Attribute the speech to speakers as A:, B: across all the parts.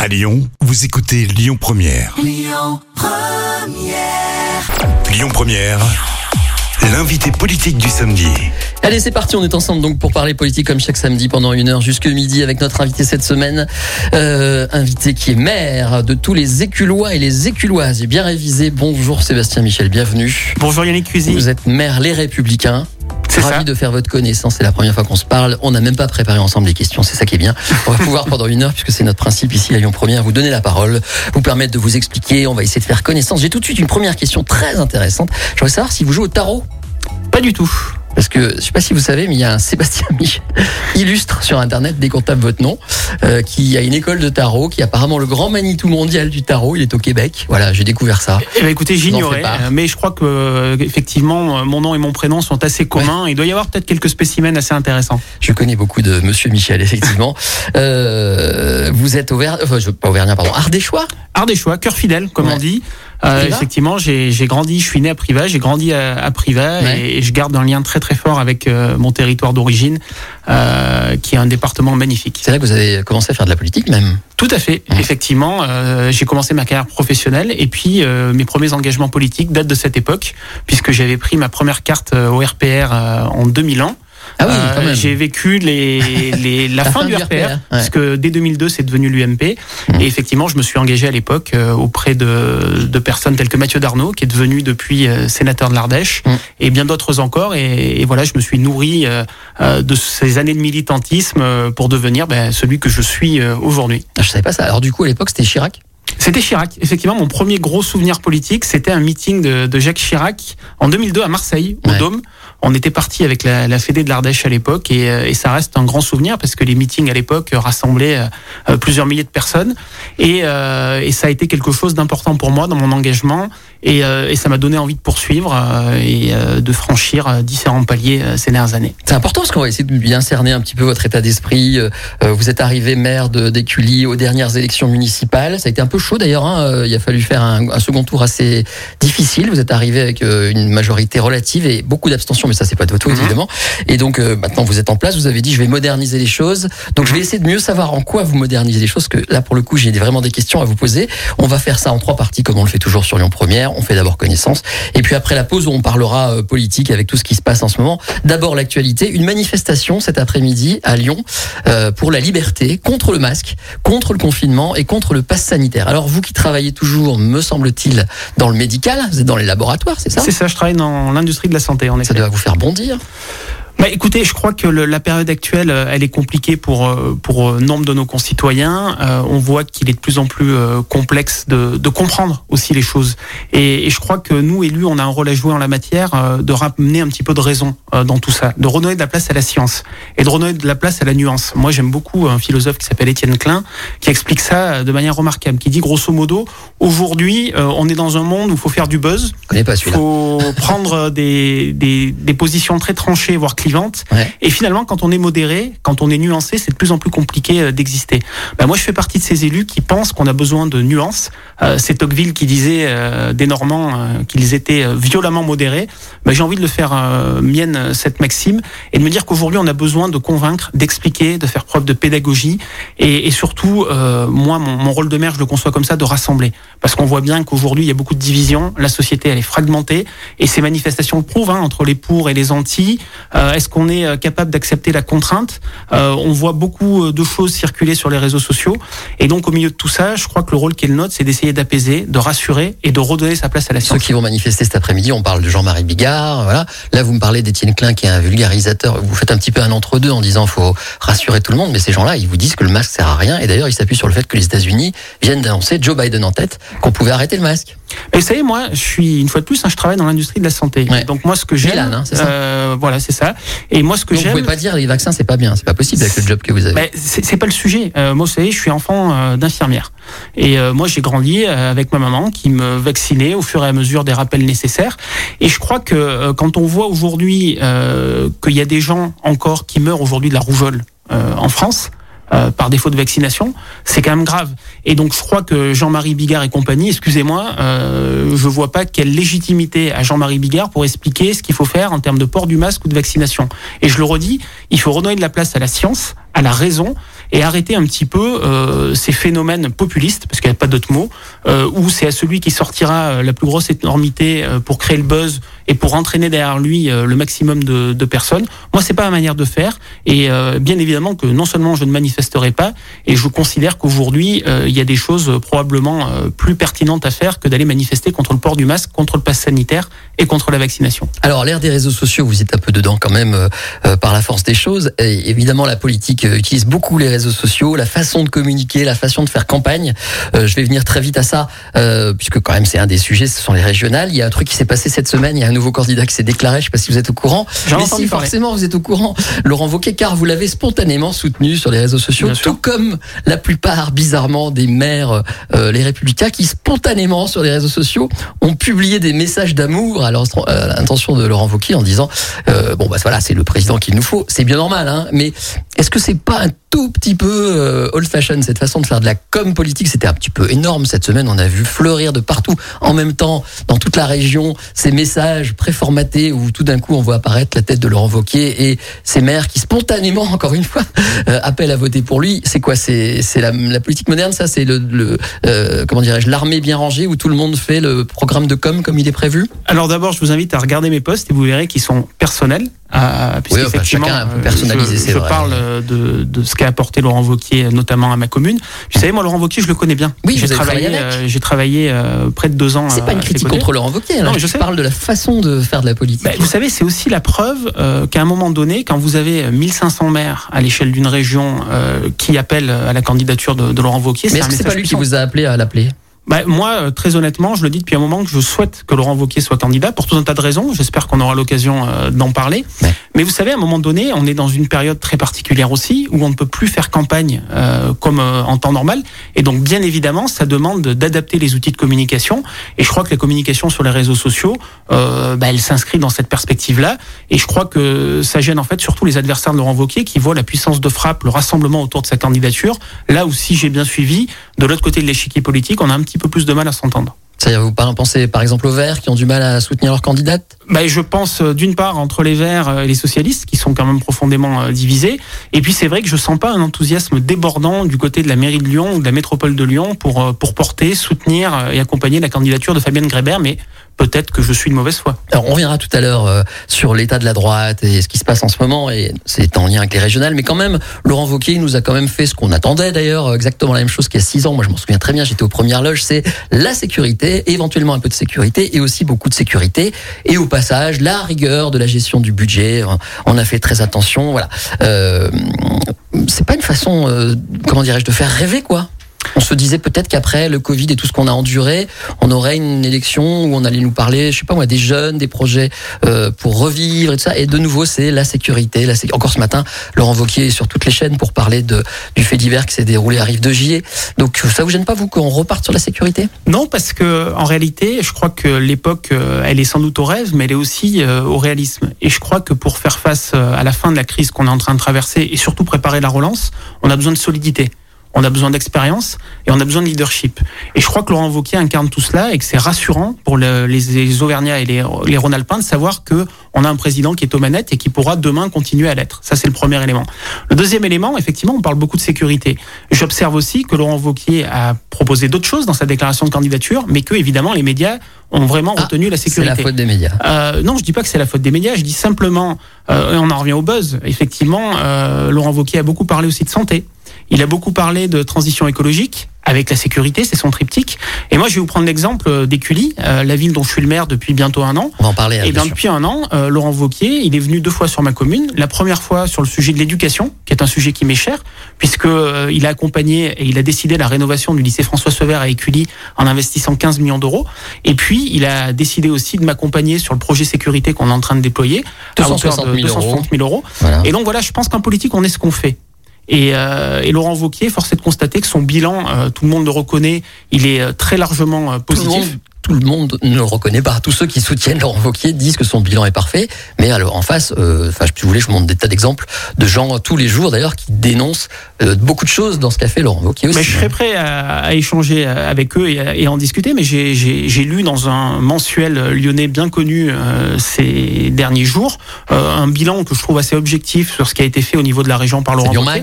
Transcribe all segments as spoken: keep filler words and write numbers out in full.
A: À Lyon, vous écoutez Lyon Première.
B: Lyon Première.
A: Lyon Première, l'invité politique du samedi.
C: Allez, c'est parti, on est ensemble donc pour parler politique comme chaque samedi pendant une heure jusque midi avec notre invité cette semaine. Euh, invité qui est maire de tous les Éculois et les Éculoises. Et bien révisé, bonjour Sébastien Michel, bienvenue.
D: Bonjour Yannick Cusy.
C: Vous êtes maire Les Républicains.
D: C'est
C: Ravi
D: ça.
C: de faire votre connaissance, c'est la première fois qu'on se parle. On n'a même pas préparé ensemble les questions, c'est ça qui est bien. On va pouvoir pendant une heure, puisque c'est notre principe ici à Lyon Première, vous donner la parole, vous permettre de vous expliquer, on va essayer de faire connaissance. J'ai tout de suite une première question très intéressante. Je voudrais savoir si vous jouez au tarot.
D: Pas du tout.
C: Parce que, je sais pas si vous savez, mais il y a un Sébastien Michel illustre sur Internet, dès qu'on tape votre nom, euh, qui a une école de tarot, qui est apparemment le grand Manitou mondial du tarot. Il est au Québec. Voilà, j'ai découvert ça.
D: Eh ben, écoutez, j'ignorais,
C: J'en fais part.
D: mais je crois que euh, effectivement, mon nom et mon prénom sont assez communs. Ouais. Il doit y avoir peut-être quelques spécimens assez intéressants.
C: Je connais beaucoup de Monsieur Michel, effectivement. euh, vous êtes auvergnat, enfin, je, pas auvergnat, pardon, ardéchois.
D: Ardéchois, cœur fidèle, comme
C: Ouais.
D: on dit. Euh, effectivement, j'ai, j'ai grandi, je suis né à Privas, j'ai grandi à, à Privas
C: Ouais.
D: et, et je garde un lien très très fort avec euh, mon territoire d'origine, euh, qui est un département magnifique.
C: C'est là que vous avez commencé à faire de la politique, même.
D: Tout à fait,
C: Mmh.
D: effectivement. Euh, j'ai commencé ma carrière professionnelle et puis euh, mes premiers engagements politiques datent de cette époque, puisque j'avais pris ma première carte euh, au R P R euh, en deux mille un.
C: Ah oui, quand même.
D: Euh, j'ai vécu les, les, la,
C: La
D: fin,
C: fin
D: du
C: du
D: R P R,
C: R P R, ouais.
D: puisque dès deux mille deux, c'est devenu l'U M P.
C: Mmh.
D: Et effectivement, je me suis engagé à l'époque euh, auprès de, de personnes telles que Mathieu Darnaud, qui est devenu depuis euh, sénateur de l'Ardèche,
C: Mmh.
D: et bien d'autres encore. Et, et voilà, je me suis nourri euh, euh, de ces années de militantisme euh, pour devenir ben, celui que je suis euh, aujourd'hui.
C: Ah, je savais pas ça. Alors du coup, à l'époque, c'était Chirac.
D: C'était Chirac. Effectivement, mon premier gros souvenir politique, c'était un meeting de, de Jacques Chirac en deux mille deux à Marseille, au
C: Ouais.
D: Dôme. On était parti avec la, la Fédé de l'Ardèche à l'époque et, euh, et ça reste un grand souvenir parce que les meetings à l'époque rassemblaient euh, plusieurs milliers de personnes et, euh, et ça a été quelque chose d'important pour moi dans mon engagement et, euh, et ça m'a donné envie de poursuivre euh, et euh, de franchir euh, différents paliers euh, ces dernières années.
C: C'est important parce qu'on va essayer de bien cerner un petit peu votre état d'esprit. Euh, vous êtes arrivé maire de, d'Écully aux dernières élections municipales. Ça a été un peu chaud d'ailleurs. Hein. Il a fallu faire un, un second tour assez difficile. Vous êtes arrivé avec euh, une majorité relative et beaucoup d'abstention, mais ça c'est pas de votre faute,
D: Mmh.
C: évidemment. Et donc euh, maintenant vous êtes en place. Vous avez dit je vais moderniser les choses. Donc je vais essayer de mieux savoir en quoi vous modernisez les choses. Parce que là pour le coup j'ai vraiment des questions à vous poser. On va faire ça en trois parties comme on le fait toujours sur Lyon Première. On fait d'abord connaissance et puis après la pause où on parlera euh, politique avec tout ce qui se passe en ce moment. D'abord l'actualité, une manifestation cet après-midi à Lyon euh, pour la liberté, contre le masque, contre le confinement et contre le pass sanitaire. Alors vous qui travaillez toujours, me semble-t-il, dans le médical, vous êtes dans les laboratoires, c'est ça ?
D: C'est ça, je travaille dans l'industrie de la santé, en effet.
C: Ça doit vous faire bondir.
D: Bah, écoutez, je crois que le, la période actuelle, euh, elle est compliquée pour euh, pour euh, nombre de nos concitoyens. Euh, on voit qu'il est de plus en plus euh, complexe de, de comprendre aussi les choses. Et, et je crois que nous, élus, on a un rôle à jouer en la matière, euh, de ramener un petit peu de raison euh, dans tout ça, de redonner de la place à la science et de redonner de la place à la nuance. Moi, j'aime beaucoup un philosophe qui s'appelle Étienne Klein, qui explique ça de manière remarquable, qui dit grosso modo, aujourd'hui, euh, on est dans un monde où il faut faire du buzz.
C: Je connais pas
D: Il
C: celui-là.
D: faut prendre des, des, des positions très tranchées, voire clivantes.
C: Ouais.
D: Et finalement, quand on est modéré, quand on est nuancé, c'est de plus en plus compliqué euh, d'exister. Ben, moi, je fais partie de ces élus qui pensent qu'on a besoin de nuances. Euh, c'est Tocqueville qui disait euh, des Normands euh, qu'ils étaient euh, violemment modérés. Ben, j'ai envie de le faire euh, mienne, euh, cette maxime, et de me dire qu'aujourd'hui, on a besoin de convaincre, d'expliquer, de faire preuve de pédagogie, et, et surtout, euh, moi, mon, mon rôle de maire, je le conçois comme ça, de rassembler. Parce qu'on voit bien qu'aujourd'hui, il y a beaucoup de divisions, la société, elle est fragmentée, et ces manifestations le prouvent, hein, entre les pour et les anti. Euh, est-ce qu'on est capable d'accepter la contrainte ? euh, On voit beaucoup de choses circuler sur les réseaux sociaux, et donc au milieu de tout ça, je crois que le rôle qui est le nôtre, c'est d'essayer d'apaiser, de rassurer et de redonner sa place à la
C: Ceux
D: science.
C: qui vont manifester cet après-midi, on parle de Jean-Marie Bigard, voilà. Là, vous me parlez d'Étienne Klein, qui est un vulgarisateur. Vous faites un petit peu un entre-deux en disant faut rassurer tout le monde, mais ces gens-là, ils vous disent que le masque sert à rien. Et d'ailleurs, ils s'appuient sur le fait que les États-Unis viennent d'annoncer, Joe Biden en tête, qu'on pouvait arrêter le masque.
D: Mais vous savez, moi, je suis une fois de plus, hein, je travaille dans l'industrie de la santé.
C: Ouais.
D: Donc moi, ce que j'aime,
C: Milan, hein, c'est ça
D: euh, voilà, c'est ça. Et moi, ce que
C: Donc, vous
D: j'aime,
C: pouvez pas dire les vaccins, c'est pas bien, c'est pas possible avec le job que vous avez.
D: Ben, c'est c'est pas le sujet. Euh, moi, vous savez, je suis enfant euh, d'infirmière. Et euh, moi, j'ai grandi euh, avec ma maman qui me vaccinait au fur et à mesure des rappels nécessaires. Et je crois que euh, quand on voit aujourd'hui euh, qu'il y a des gens encore qui meurent aujourd'hui de la rougeole euh, en France, Euh, par défaut de vaccination, c'est quand même grave. Et donc je crois que Jean-Marie Bigard et compagnie, excusez-moi, euh, je vois pas quelle légitimité a Jean-Marie Bigard pour expliquer ce qu'il faut faire en termes de port du masque ou de vaccination. Et je le redis, il faut redonner de la place à la science, à la raison, et arrêter un petit peu euh, ces phénomènes populistes, parce qu'il n'y a pas d'autre mot, euh, où c'est à celui qui sortira la plus grosse énormité euh, pour créer le buzz et pour entraîner derrière lui euh, le maximum de, de personnes. Moi, c'est pas ma manière de faire, et euh, bien évidemment que non seulement je ne manifesterai pas, et je considère qu'aujourd'hui euh, il y a des choses probablement euh, plus pertinentes à faire que d'aller manifester contre le port du masque, contre le pass sanitaire et contre la vaccination.
C: Alors, l'ère des réseaux sociaux, vous êtes un peu dedans quand même euh, euh, par la force des choses. Et évidemment, la politique euh, utilise beaucoup les réseaux sociaux, la façon de communiquer, la façon de faire campagne. Euh, je vais venir très vite à ça, euh, puisque quand même c'est un des sujets, ce sont les régionales. Il y a un truc qui s'est passé cette semaine, il y a un nouveau candidat qui s'est déclaré, je ne sais pas si vous êtes au courant.
D: J'en
C: mais
D: entendu
C: si,
D: parler.
C: forcément, vous êtes au courant, Laurent Wauquiez, car vous l'avez spontanément soutenu sur les réseaux sociaux,
D: Bien
C: tout
D: sûr.
C: comme la plupart, bizarrement, des maires, euh, les Républicains, qui spontanément, sur les réseaux sociaux, ont publié des messages d'amour à leur- à l'intention de Laurent Wauquiez en disant euh, bon bah voilà, c'est le président qu'il nous faut, c'est bien normal, hein, mais est-ce que c'est pas un tout petit peu euh, old fashion cette façon de faire de la com politique? C'était un petit peu énorme cette semaine, on a vu fleurir de partout en même temps dans toute la région ces messages préformatés où tout d'un coup on voit apparaître la tête de Laurent Wauquiez et ces maires qui spontanément, encore une fois, euh, appellent à voter pour lui. C'est quoi? C'est c'est la, la politique moderne, ça? C'est le, le euh, comment dirais-je, l'armée bien rangée où tout le monde fait le programme de com comme il est prévu?
D: Alors d'abord, je vous invite à regarder mes posts et vous verrez qu'ils sont personnels. Euh,
C: Oui, enfin, chacun peut personnaliser,
D: je,
C: c'est
D: je
C: vrai.
D: parle de, de ce qu'a apporté Laurent Wauquiez, notamment à ma commune. Vous savez, moi, Laurent Wauquiez, je le connais bien.
C: Oui,
D: j'ai
C: vous avez
D: travaillé,
C: travaillé avec.
D: euh, j'ai travaillé euh, près de deux ans.
C: C'est
D: euh,
C: pas une
D: à ses
C: critique
D: côtés.
C: contre Laurent Wauquiez, là.
D: Non, mais
C: je
D: je sais.
C: parle de la façon de faire de la politique.
D: Ben, vous savez, c'est aussi la preuve euh, qu'à un moment donné, quand vous avez mille cinq cents maires à l'échelle d'une région euh, qui appellent à la candidature de, de Laurent Wauquiez,
C: Mais
D: c'est
C: est-ce
D: un
C: que c'est
D: message
C: pas lui qui
D: puissant.
C: vous a appelé à l'appeler?
D: Bah, moi, euh, très honnêtement, je le dis depuis un moment que je souhaite que Laurent Wauquiez soit candidat pour tout un tas de raisons. J'espère qu'on aura l'occasion euh, d'en parler.
C: Ouais.
D: Mais vous savez, à un moment donné, on est dans une période très particulière aussi où on ne peut plus faire campagne euh, comme euh, en temps normal. Et donc, bien évidemment, ça demande d'adapter les outils de communication. Et je crois que la communication sur les réseaux sociaux, euh, bah, elle s'inscrit dans cette perspective-là. Et je crois que ça gêne en fait surtout les adversaires de Laurent Wauquiez qui voient la puissance de frappe, le rassemblement autour de sa candidature. Là où, si j'ai bien suivi, de l'autre côté de l'échiquier politique, on a un petit peu plus de mal à s'entendre.
C: C'est-à-dire, vous pensez par exemple aux Verts qui ont du mal à soutenir leur candidate?
D: Ben, je pense euh, d'une part entre les Verts et les socialistes qui sont quand même profondément euh, divisés. Et puis c'est vrai que je sens pas un enthousiasme débordant du côté de la mairie de Lyon ou de la métropole de Lyon pour, euh, pour porter, soutenir euh, et accompagner la candidature de Fabienne Grébert. Mais peut-être que je suis de mauvaise foi.
C: Alors, on reviendra tout à l'heure euh, sur l'état de la droite et ce qui se passe en ce moment, et c'est en lien avec les régionales, mais quand même, Laurent Wauquiez nous a quand même fait ce qu'on attendait d'ailleurs, exactement la même chose qu'il y a six ans. Moi, je m'en souviens très bien, j'étais aux premières loges, c'est la sécurité, éventuellement un peu de sécurité, et aussi beaucoup de sécurité, et au passage, la rigueur de la gestion du budget. On a fait très attention, voilà. Euh, c'est pas une façon, euh, comment dirais-je, de faire rêver, quoi. On se disait peut-être qu'après le Covid et tout ce qu'on a enduré, on aurait une élection où on allait nous parler, je sais pas moi, des jeunes, des projets euh, pour revivre et tout ça. Et de nouveau, c'est la sécurité. La sé- Encore ce matin, Laurent Wauquiez est sur toutes les chaînes pour parler de, du fait divers qui s'est déroulé à Rive-de-Gier. Donc ça vous gêne pas, vous, qu'on reparte sur la sécurité?
D: Non, parce que en réalité, je crois que l'époque, euh, elle est sans doute au rêve, mais elle est aussi euh, au réalisme. Et je crois que pour faire face euh, à la fin de la crise qu'on est en train de traverser et surtout préparer la relance, on a besoin de solidité. On a besoin d'expérience et on a besoin de leadership. Et je crois que Laurent Wauquiez incarne tout cela et que c'est rassurant pour le, les, les Auvergnats et les, les Rhône-Alpins de savoir que on a un président qui est aux manettes et qui pourra demain continuer à l'être. Ça, c'est le premier élément. Le deuxième élément, effectivement, on parle beaucoup de sécurité. J'observe aussi que Laurent Wauquiez a proposé d'autres choses dans sa déclaration de candidature, mais que, évidemment, les médias ont vraiment
C: Ah,
D: retenu la
C: C'est
D: sécurité.
C: la faute des médias.
D: Euh, non, je dis pas que c'est la faute des médias. Je dis simplement, euh, et on en revient au buzz. Effectivement, euh, Laurent Wauquiez a beaucoup parlé aussi de santé. Il a beaucoup parlé de transition écologique avec la sécurité, c'est son triptyque. Et moi, je vais vous prendre l'exemple d'Écully, euh, la ville dont je suis le maire depuis bientôt un an.
C: On va en parler. Hein,
D: Et
C: bien
D: bien
C: sûr.
D: depuis un an, euh, Laurent Wauquiez, il est venu deux fois sur ma commune. La première fois sur le sujet de l'éducation, qui est un sujet qui m'est cher, puisque euh, il a accompagné et il a décidé la rénovation du lycée François Sever à Écully en investissant quinze millions d'euros. Et puis, il a décidé aussi de m'accompagner sur le projet sécurité qu'on est en train de déployer à hauteur de deux cent soixante mille euros.
C: Voilà.
D: Et donc voilà, je pense qu'en politique, on est ce qu'on fait. Et, euh, et Laurent Wauquiez, force est de constater que son bilan, euh, tout le monde le reconnaît, il est euh, très largement euh,
C: Tout le,
D: positif.
C: monde, tout le monde ne le reconnaît pas. Tous ceux qui soutiennent Laurent Wauquiez disent que son bilan est parfait. Mais alors en face, euh, enfin, si vous voulez, je vous montre des tas d'exemples de gens tous les jours d'ailleurs qui dénoncent euh, beaucoup de choses dans ce qu'a fait Laurent Wauquiez aussi.
D: Mais je serais prêt à, à échanger avec eux et à, et à en discuter, mais j'ai, j'ai, j'ai lu dans un mensuel lyonnais bien connu euh, ces derniers jours euh, un bilan que je trouve assez objectif sur ce qui a été fait au niveau de la région par
C: C'est
D: Laurent
C: Lyon
D: Wauquiez.
C: Mag.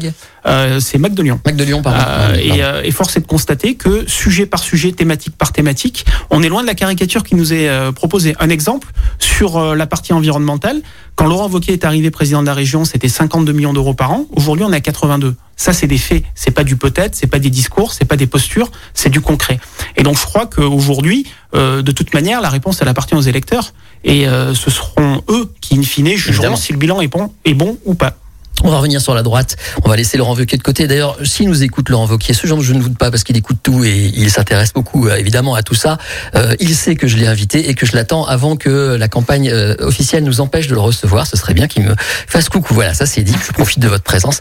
D: euh, c'est Mac de Lyon.
C: Mac de Lyon, pardon.
D: Euh, et, euh, et force est de constater que sujet par sujet, thématique par thématique, on est loin de la caricature qui nous est euh, proposée. Un exemple sur euh, la partie environnementale. Quand Laurent Wauquiez est arrivé président de la région, c'était cinquante-deux millions d'euros par an. Aujourd'hui, on est à quatre-vingt-deux. Ça, c'est des faits. C'est pas du peut-être, c'est pas des discours, c'est pas des postures, c'est du concret. Et donc, je crois qu'aujourd'hui, euh, de toute manière, la réponse, elle appartient aux électeurs. Et euh, ce seront eux qui, in fine, jugeront Évidemment. si le bilan est bon, est bon ou pas.
C: On va revenir sur la droite. On va laisser Laurent Wauquiez de côté. D'ailleurs, s'il nous écoute, Laurent Wauquiez, ce genre je ne doute pas parce qu'il écoute tout et il s'intéresse beaucoup, euh, évidemment, à tout ça. Euh, il sait que je l'ai invité et que je l'attends avant que la campagne euh, officielle nous empêche de le recevoir. Ce serait bien qu'il me fasse coucou. Voilà, ça c'est dit. Je profite de votre présence.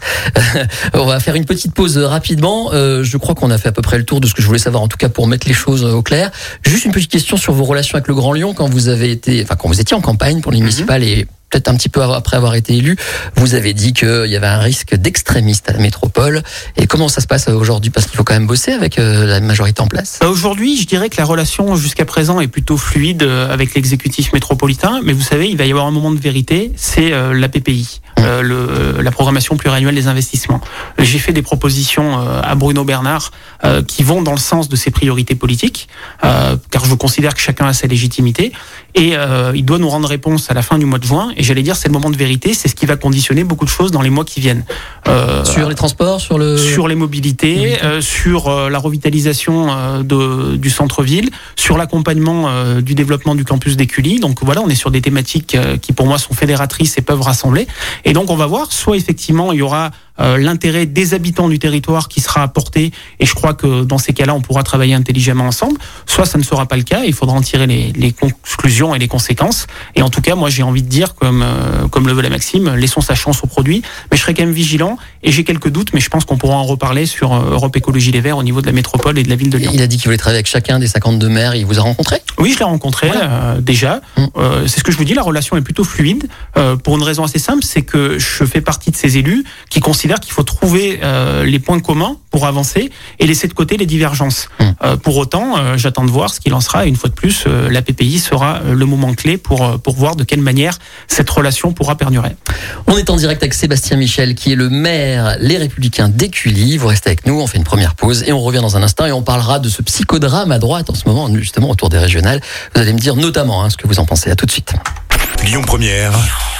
C: On va faire une petite pause rapidement. Euh, je crois qu'on a fait à peu près le tour de ce que je voulais savoir, en tout cas pour mettre les choses au clair. Juste une petite question sur vos relations avec le Grand Lyon quand vous avez été, enfin quand vous étiez en campagne pour les municipales et peut-être un petit peu après avoir été élu, vous avez dit qu'il y avait un risque d'extrémiste à la métropole. Et comment ça se passe aujourd'hui? Parce qu'il faut quand même bosser avec la majorité en place.
D: Aujourd'hui, je dirais que la relation jusqu'à présent est plutôt fluide avec l'exécutif métropolitain. Mais vous savez, il va y avoir un moment de vérité, c'est la P P I, mmh. euh, le, la programmation pluriannuelle des investissements. J'ai fait des propositions à Bruno Bernard euh, qui vont dans le sens de ses priorités politiques, euh, car je considère que chacun a sa légitimité. Et euh, il doit nous rendre réponse à la fin du mois de juin. Et j'allais dire, c'est le moment de vérité, c'est ce qui va conditionner beaucoup de choses dans les mois qui viennent.
C: Euh, sur les transports, sur le...
D: Sur les mobilités, mmh. euh, sur euh, la revitalisation euh, de, du centre-ville, sur l'accompagnement euh, du développement du campus d'Écully. Donc voilà, on est sur des thématiques euh, qui pour moi sont fédératrices et peuvent rassembler. Et donc on va voir, soit effectivement il y aura Euh, l'intérêt des habitants du territoire qui sera apporté, et je crois que dans ces cas-là on pourra travailler intelligemment ensemble, soit ça ne sera pas le cas, il faudra en tirer les, les conclusions et les conséquences. Et en tout cas moi j'ai envie de dire comme, euh, comme le veut la Maxime, laissons sa chance au produit, mais je serai quand même vigilant et j'ai quelques doutes, mais je pense qu'on pourra en reparler sur euh, Europe Écologie Les Verts au niveau de la métropole et de la ville de Lyon.
C: Il a dit qu'il voulait travailler avec chacun des cinquante-deux maires, il vous a rencontré?
D: Oui, je l'ai rencontré voilà. euh, déjà, mmh. euh, c'est ce que je vous dis, la relation est plutôt fluide, euh, pour une raison assez simple, c'est que je fais partie de ces élus qui considèrent qu'il faut trouver euh, les points communs pour avancer et laisser de côté les divergences. Mmh. Euh, pour autant, euh, j'attends de voir ce qu'il en sera. Et une fois de plus, euh, la P P I sera euh, le moment clé pour, euh, pour voir de quelle manière cette relation pourra perdurer.
C: On est en direct avec Sébastien Michel, qui est le maire Les Républicains d'Écully. Vous restez avec nous, on fait une première pause et on revient dans un instant et on parlera de ce psychodrame à droite en ce moment, justement autour des régionales. Vous allez me dire notamment hein, ce que vous en pensez. À tout de suite.
A: Lyon Première.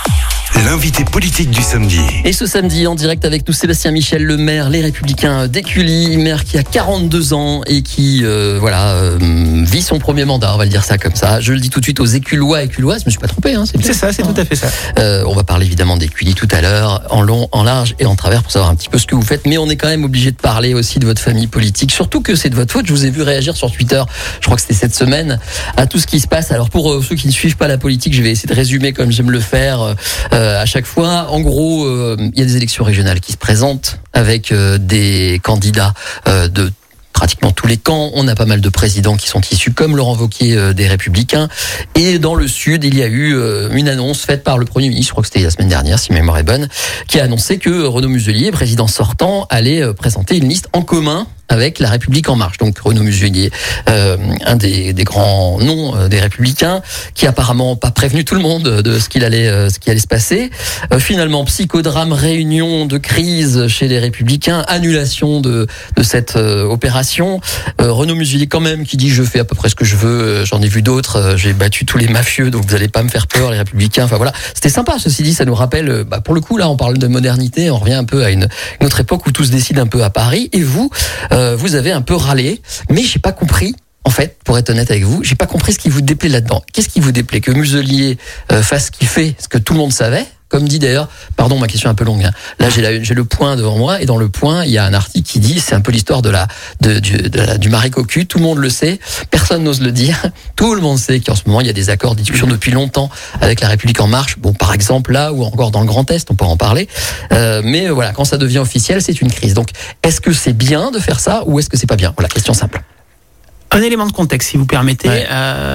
A: L'invité politique du samedi.
C: Et ce samedi, en direct avec nous, Sébastien Michel, le maire Les Républicains d'Écully, maire qui a quarante-deux ans et qui, euh, voilà, euh, vit son premier mandat, on va le dire ça comme ça. Je le dis tout de suite aux Éculois, Éculoises, je me suis pas trompé, hein, c'est bien.
D: C'est ça, c'est tout à fait ça.
C: Euh, on va parler évidemment d'Écully tout à l'heure, en long, en large et en travers pour savoir un petit peu ce que vous faites, mais on est quand même obligé de parler aussi de votre famille politique, surtout que c'est de votre faute. Je vous ai vu réagir sur Twitter, je crois que c'était cette semaine, à tout ce qui se passe. Alors pour euh, ceux qui ne suivent pas la politique, je vais essayer de résumer comme j'aime le faire. Euh, à chaque fois. En gros, euh, il y a des élections régionales qui se présentent avec euh, des candidats euh, de pratiquement tous les camps. On a pas mal de présidents qui sont issus, comme Laurent Wauquiez, euh, des Républicains. Et dans le Sud, il y a eu euh, une annonce faite par le Premier ministre, je crois que c'était la semaine dernière, si ma mémoire est bonne, qui a annoncé que Renaud Muselier, président sortant, allait euh, présenter une liste en commun avec La République En Marche. Donc Renaud Muselier, euh, un des, des grands noms euh, des Républicains, qui apparemment pas prévenu tout le monde de ce qu'il allait, euh, ce qui allait se passer. Euh, finalement, psychodrame, réunion de crise chez les Républicains, annulation de, de cette euh, opération. Euh, Renaud Muselier quand même qui dit je fais à peu près ce que je veux, j'en ai vu d'autres, euh, j'ai battu tous les mafieux, donc vous allez pas me faire peur les Républicains. Enfin voilà, c'était sympa. Ceci dit, ça nous rappelle, bah, pour le coup là, on parle de modernité, on revient un peu à une, une autre époque où tout se décide un peu à Paris. Et vous, euh, vous avez un peu râlé, mais j'ai pas compris. En fait, pour être honnête avec vous, j'ai pas compris ce qui vous déplaît là-dedans. Qu'est-ce qui vous déplaît? Que Muselier euh, fasse ce qu'il fait, ce que tout le monde savait. Comme dit d'ailleurs, pardon, ma question est un peu longue. Hein. Là, j'ai, la, j'ai le point devant moi, et dans le point, il y a un article qui dit, c'est un peu l'histoire de la, de, du, de la, du marais cocu. Tout le monde le sait, personne n'ose le dire. Tout le monde sait qu'en ce moment, il y a des accords, des discussions depuis longtemps avec La République En Marche. Bon, par exemple là, ou encore dans le Grand Est, on peut en parler. Euh, mais voilà, quand ça devient officiel, c'est une crise. Donc, est-ce que c'est bien de faire ça, ou est-ce que c'est pas bien? Voilà, question simple.
D: Un élément de contexte, si vous permettez. Ouais.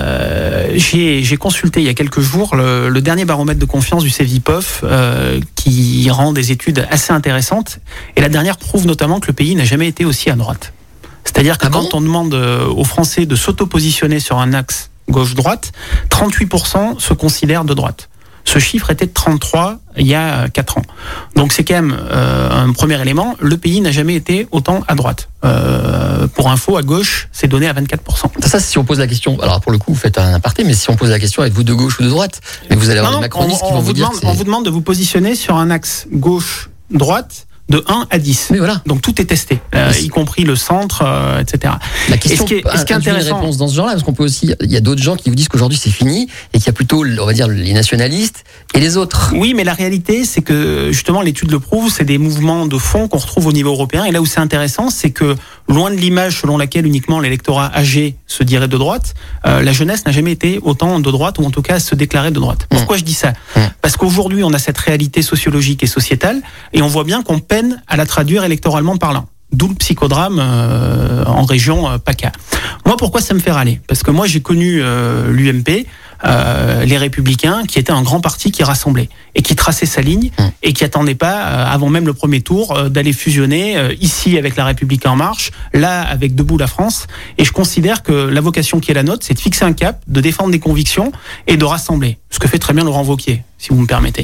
D: Euh, j'ai, j'ai consulté il y a quelques jours le, le dernier baromètre de confiance du Cevipof, euh, qui rend des études assez intéressantes. Et la dernière prouve notamment que le pays n'a jamais été aussi à droite. C'est-à-dire que ah quand bon on demande aux Français de s'auto-positionner sur un axe gauche-droite, trente-huit pour cent se considèrent de droite. Ce chiffre était de trente-trois il y a quatre ans. Donc c'est quand même euh, un premier élément. Le pays n'a jamais été autant à droite. Euh, pour info, à gauche, c'est donné à vingt-quatre pour cent.
C: Ça, si on pose la question, alors pour le coup, vous faites un aparté, mais si on pose la question, êtes-vous de gauche ou de droite? Mais vous allez avoir
D: non,
C: des macronistes
D: on,
C: qui vont
D: on
C: vous,
D: vous
C: dire
D: demande,
C: que
D: on vous demande de vous positionner sur un axe gauche-droite de un à dix.
C: Mais voilà.
D: Donc tout est testé, euh, y compris le centre, euh, et cetera.
C: La question,
D: est-ce qui est, est-ce qui est
C: intéressant, une réponse dans ce genre-là, parce qu'on peut aussi, il y a d'autres gens qui vous disent qu'aujourd'hui c'est fini et qu'il y a plutôt, on va dire, les nationalistes et les autres.
D: Oui, mais la réalité, c'est que justement l'étude le prouve, c'est des mouvements de fond qu'on retrouve au niveau européen. Et là où c'est intéressant, c'est que loin de l'image selon laquelle uniquement l'électorat âgé se dirait de droite, euh, la jeunesse n'a jamais été autant de droite, ou en tout cas se déclarer de droite. Pourquoi mmh. je dis ça ? mmh. Parce qu'aujourd'hui, on a cette réalité sociologique et sociétale, et on voit bien qu'on peine à la traduire électoralement parlant. D'où le psychodrame euh, en région euh, PACA. Moi, pourquoi ça me fait râler ? Parce que moi, j'ai connu euh, l'U M P, euh, les Républicains, qui était un grand parti qui rassemblait et qui traçait sa ligne mmh. et qui attendait pas, euh, avant même le premier tour, euh, d'aller fusionner euh, ici avec La République En Marche, là avec Debout la France. Et je considère que la vocation qui est la nôtre, c'est de fixer un cap, de défendre des convictions et de rassembler. Ce que fait très bien Laurent Wauquiez, si vous me permettez.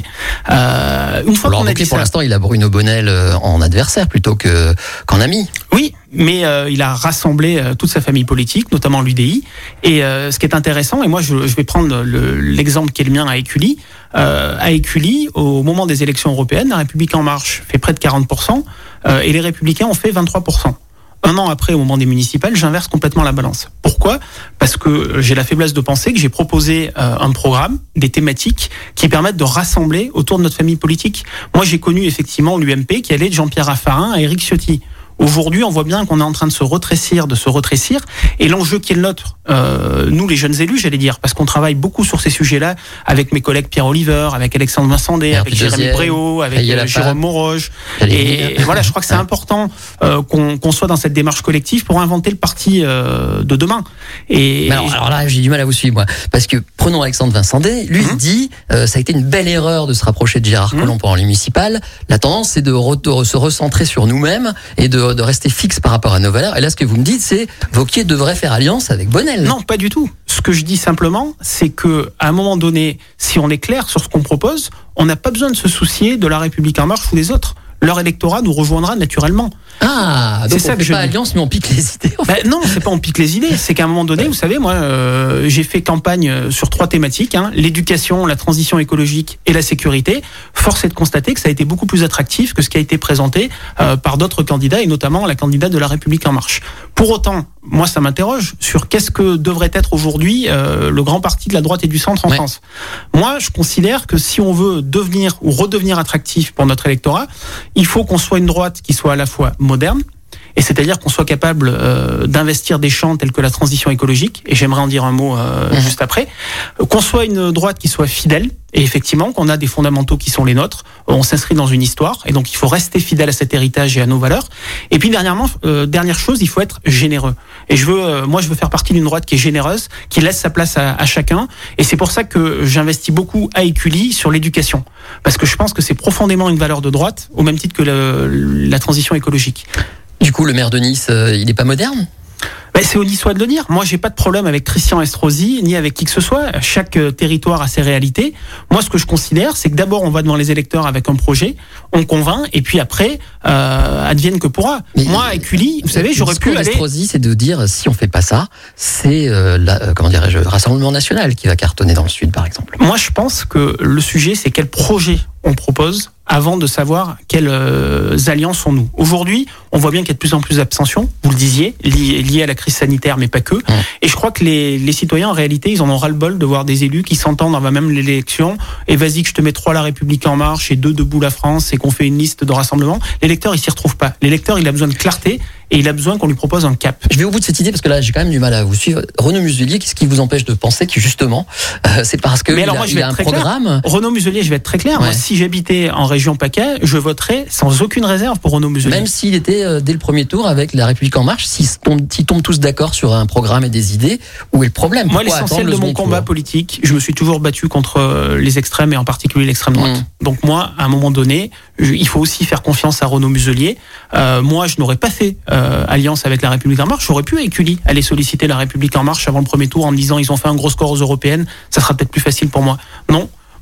D: Euh, une fois
C: Laurent
D: qu'on a dit
C: pour
D: ça,
C: l'instant, il a Bruno Bonnell en adversaire plutôt que qu'en ami.
D: Oui, mais euh, il a rassemblé euh, toute sa famille politique, notamment l'U D I. Et euh, ce qui est intéressant, et moi je, je vais prendre le, l'exemple qui est le mien à Écully. Euh, à Écully, au moment des élections européennes, La République En Marche fait près de quarante pour cent euh, et les Républicains ont fait vingt-trois pour cent. Un an après, au moment des municipales, j'inverse complètement la balance. Pourquoi ? Parce que j'ai la faiblesse de penser que j'ai proposé euh, un programme, des thématiques qui permettent de rassembler autour de notre famille politique. Moi, j'ai connu effectivement l'U M P qui allait de Jean-Pierre Raffarin à Éric Ciotti. Aujourd'hui, on voit bien qu'on est en train de se retrécir, de se retrécir. Et l'enjeu qui est le nôtre, euh, nous les jeunes élus, j'allais dire, parce qu'on travaille beaucoup sur ces sujets-là avec mes collègues Pierre Oliver, avec Alexandre Vincendé, avec Jérémy Bréau, avec euh, Jérôme Monroge. Et, et voilà, je crois que c'est important euh, qu'on, qu'on soit dans cette démarche collective pour inventer le parti euh, de demain. Et,
C: alors, alors là, j'ai du mal à vous suivre, moi. Parce que prenons Alexandre Vincendé, lui mmh. dit euh, ça a été une belle erreur de se rapprocher de Gérard mmh. Collomb pendant les municipales. La tendance, c'est de, re- de se recentrer sur nous-mêmes et de de rester fixe par rapport à nos valeurs. Et là, ce que vous me dites, c'est Wauquiez devrait faire alliance avec Bonnell.
D: Non, pas du tout. Ce que je dis simplement, c'est que à un moment donné, si on est clair sur ce qu'on propose, on n'a pas besoin de se soucier de La République En Marche ou des autres. Leur électorat nous rejoindra naturellement.
C: Ah, donc c'est on ça fait que je pas dis. Alliance, mais on pique les idées. En fait.
D: Ben non, c'est pas on pique les idées. C'est qu'à un moment donné, vous savez, moi, euh, j'ai fait campagne sur trois thématiques hein, l'éducation, la transition écologique et la sécurité. Force est de constater que ça a été beaucoup plus attractif que ce qui a été présenté euh, par d'autres candidats et notamment la candidate de La République En Marche. Pour autant, moi, ça m'interroge sur qu'est-ce que devrait être aujourd'hui euh, le grand parti de la droite et du centre en ouais. France. Moi, je considère que si on veut devenir ou redevenir attractif pour notre électorat, il faut qu'on soit une droite qui soit à la fois moderne, et c'est-à-dire qu'on soit capable euh, d'investir des champs tels que la transition écologique, et j'aimerais en dire un mot euh, mmh. juste après, qu'on soit une droite qui soit fidèle, et effectivement qu'on a des fondamentaux qui sont les nôtres, on s'inscrit dans une histoire, et donc il faut rester fidèle à cet héritage et à nos valeurs. Et puis dernièrement, euh, dernière chose, il faut être généreux. Et je veux, euh, moi je veux faire partie d'une droite qui est généreuse, qui laisse sa place à, à chacun, et c'est pour ça que j'investis beaucoup à Écully sur l'éducation, parce que je pense que c'est profondément une valeur de droite, au même titre que le, la transition écologique.
C: Du coup, le maire de Nice, euh, il n'est pas moderne ?
D: Ben, c'est au Niçois de le dire. Moi, j'ai pas de problème avec Christian Estrosi, ni avec qui que ce soit. Chaque euh, territoire a ses réalités. Moi, ce que je considère, c'est que d'abord, on va devant les électeurs avec un projet, on convainc, et puis après, euh, advienne que pourra. Mais moi, à Écully, vous savez, j'aurais pu aller...
C: Estrosi, c'est de dire, si on fait pas ça, c'est, euh, la, euh, comment dirais-je, le Rassemblement National qui va cartonner dans le Sud, par exemple.
D: Moi, je pense que le sujet, c'est quel projet on propose avant de savoir quelles euh, alliances sont-nous. Aujourd'hui, on voit bien qu'il y a de plus en plus d'abstention, vous le disiez, liées lié à la crise sanitaire, mais pas que. Mmh. Et je crois que les, les citoyens, en réalité, ils en ont ras-le-bol de voir des élus qui s'entendent avant même l'élection, et vas-y que je te mets trois La République En Marche et deux Debout la France, et qu'on fait une liste de rassemblement. L'électeur, il s'y retrouve pas. L'électeur, il a besoin de clarté, et il a besoin qu'on lui propose un cap.
C: Je vais au bout de cette idée, parce que là, j'ai quand même du mal à vous suivre. Renaud Muselier, qu'est-ce qui vous empêche de penser que, justement, euh, c'est parce que
D: mais alors,
C: il a,
D: moi, je vais
C: il a
D: être
C: un
D: très
C: programme...
D: Clair. Renaud Muselier, je vais être très clair. Ouais. Moi, si j'habitais en région PACA, je voterais sans aucune réserve pour Renaud Muselier.
C: Même s'il était euh, dès le premier tour avec La République En Marche, s'ils tombent, s'ils tombent tous d'accord sur un programme et des idées, où est le problème ?
D: Moi, Pourquoi l'essentiel de mon combat tour politique, je me suis toujours battu contre les extrêmes et en particulier l'extrême droite. Mmh. Donc moi, à un moment donné, je, il faut aussi faire confiance à Renaud Muselier. Euh, moi, je n'aurais pas fait euh, alliance avec La République En Marche. J'aurais pu à Écully aller solliciter La République En Marche avant le premier tour en me disant ils ont fait un gros score aux européennes, ça sera peut-être plus facile pour moi. Non.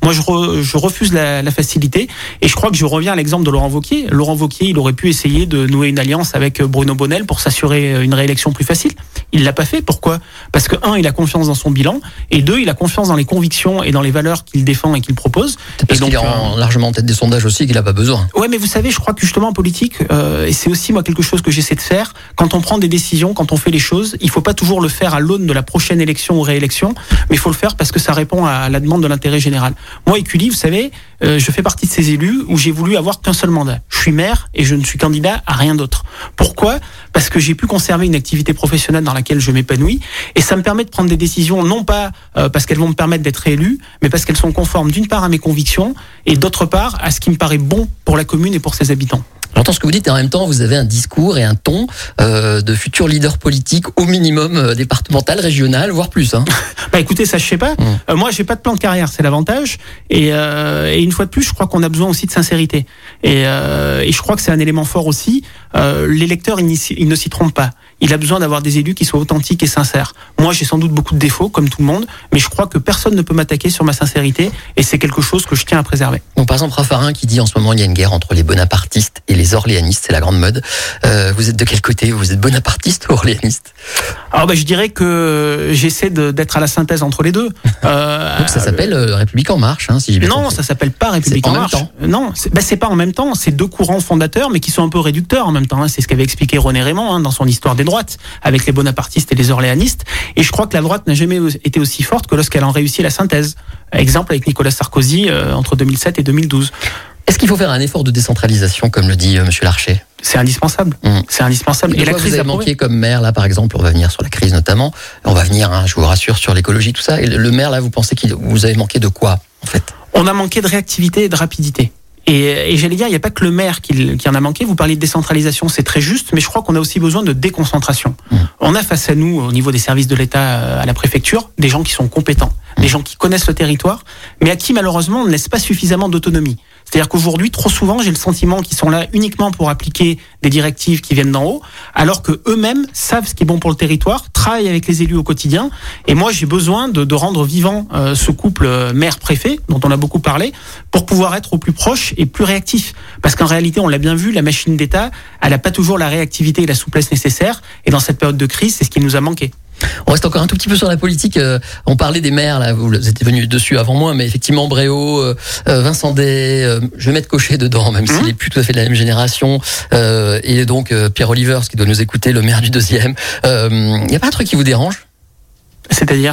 D: Moi, je, re, je refuse la, la facilité. Et je crois que je reviens à l'exemple de Laurent Wauquiez. Laurent Wauquiez, il aurait pu essayer de nouer une alliance avec Bruno Bonnell pour s'assurer une réélection plus facile. Il l'a pas fait. Pourquoi ? Parce que un, il a confiance dans son bilan, et deux, il a confiance dans les convictions et dans les valeurs qu'il défend et qu'il propose.
C: Parce
D: et donc,
C: qu'il est en, largement en tête des sondages aussi, qu'il n'a pas besoin.
D: Ouais, mais vous savez, je crois que justement en politique, euh, et c'est aussi moi quelque chose que j'essaie de faire, quand on prend des décisions, quand on fait les choses, il faut pas toujours le faire à l'aune de la prochaine élection ou réélection, mais il faut le faire parce que ça répond à la demande de l'intérêt général. Moi, Écully, vous savez, euh, je fais partie de ces élus où j'ai voulu avoir qu'un seul mandat. Je suis maire et je ne suis candidat à rien d'autre. Pourquoi ? Parce que j'ai pu conserver une activité professionnelle dans laquelle je m'épanouis, et ça me permet de prendre des décisions, non pas euh, parce qu'elles vont me permettre d'être élu, mais parce qu'elles sont conformes d'une part à mes convictions et d'autre part à ce qui me paraît bon pour la commune et pour ses habitants.
C: J'entends ce que vous dites et en même temps vous avez un discours et un ton euh, de futur leader politique au minimum euh, départemental, régional, voire plus. Hein.
D: Bah écoutez, ça je sais pas. Mmh. Euh, moi j'ai pas de plan de carrière, c'est l'avantage. Et, euh, et une fois de plus, je crois qu'on a besoin aussi de sincérité. Et, euh, et je crois que c'est un élément fort aussi. Euh, l'électeur il, il ne s'y trompe pas. Il a besoin d'avoir des élus qui soient authentiques et sincères. Moi j'ai sans doute beaucoup de défauts comme tout le monde, mais je crois que personne ne peut m'attaquer sur ma sincérité et c'est quelque chose que je tiens à préserver.
C: Donc par exemple Raffarin qui dit en ce moment il y a une guerre entre les bonapartistes et les orléanistes, c'est la grande mode. Euh, vous êtes de quel côté ? Vous êtes bonapartiste ou orléaniste ?
D: Alors bah, je dirais que j'essaie de, d'être à la synthèse entre les deux.
C: Euh, Donc ça s'appelle euh, République en marche, hein, si j'ai bien
D: Non,
C: compris.
D: ça s'appelle pas République en, en marche. Non, c'est, bah, c'est pas en même temps. C'est deux courants fondateurs, mais qui sont un peu réducteurs en même temps. Hein. C'est ce qu'avait expliqué René Raymond hein, dans son Histoire des droites, avec les bonapartistes et les orléanistes. Et je crois que la droite n'a jamais été aussi forte que lorsqu'elle en réussit la synthèse. Exemple avec Nicolas Sarkozy euh, entre deux mille sept et deux mille douze.
C: Est-ce qu'il faut faire un effort de décentralisation, comme le dit euh, Monsieur Larcher ?
D: C'est indispensable. Mmh. C'est indispensable.
C: Et, et la crise vous avez manqué comme maire, là, par exemple, on va venir sur la crise notamment. On va venir, hein, je vous rassure, sur l'écologie, tout ça. Et le maire, là, vous pensez que vous avez manqué de quoi, en fait ?
D: On a manqué de réactivité et de rapidité. Et, et j'allais dire, il n'y a pas que le maire qui, qui en a manqué. Vous parliez de décentralisation, c'est très juste, mais je crois qu'on a aussi besoin de déconcentration. Mmh. On a face à nous, au niveau des services de l'État à la préfecture, des gens qui sont compétents, mmh. des gens qui connaissent le territoire, mais à qui malheureusement on ne laisse pas suffisamment d'autonomie. C'est-à-dire qu'aujourd'hui, trop souvent, j'ai le sentiment qu'ils sont là uniquement pour appliquer des directives qui viennent d'en haut, alors que eux-mêmes savent ce qui est bon pour le territoire, travaillent avec les élus au quotidien. Et moi, j'ai besoin de, de rendre vivant euh, ce couple euh, maire-préfet, dont on a beaucoup parlé, pour pouvoir être au plus proche et plus réactif. Parce qu'en réalité, on l'a bien vu, la machine d'État, elle n'a pas toujours la réactivité et la souplesse nécessaires. Et dans cette période de crise, c'est ce qui nous a manqué.
C: On reste encore un tout petit peu sur la politique. Euh, on parlait des maires, là, vous étiez venu dessus avant moi, mais effectivement, Bréau, euh, Vincent Day, euh, je vais mettre Cochet dedans, même mmh. s'il n'est plus tout à fait de la même génération, euh, et donc euh, Pierre Olivers, qui doit nous écouter, le maire du deuxième. Il euh, n'y a pas un truc qui vous dérange ?
D: C'est-à-dire ?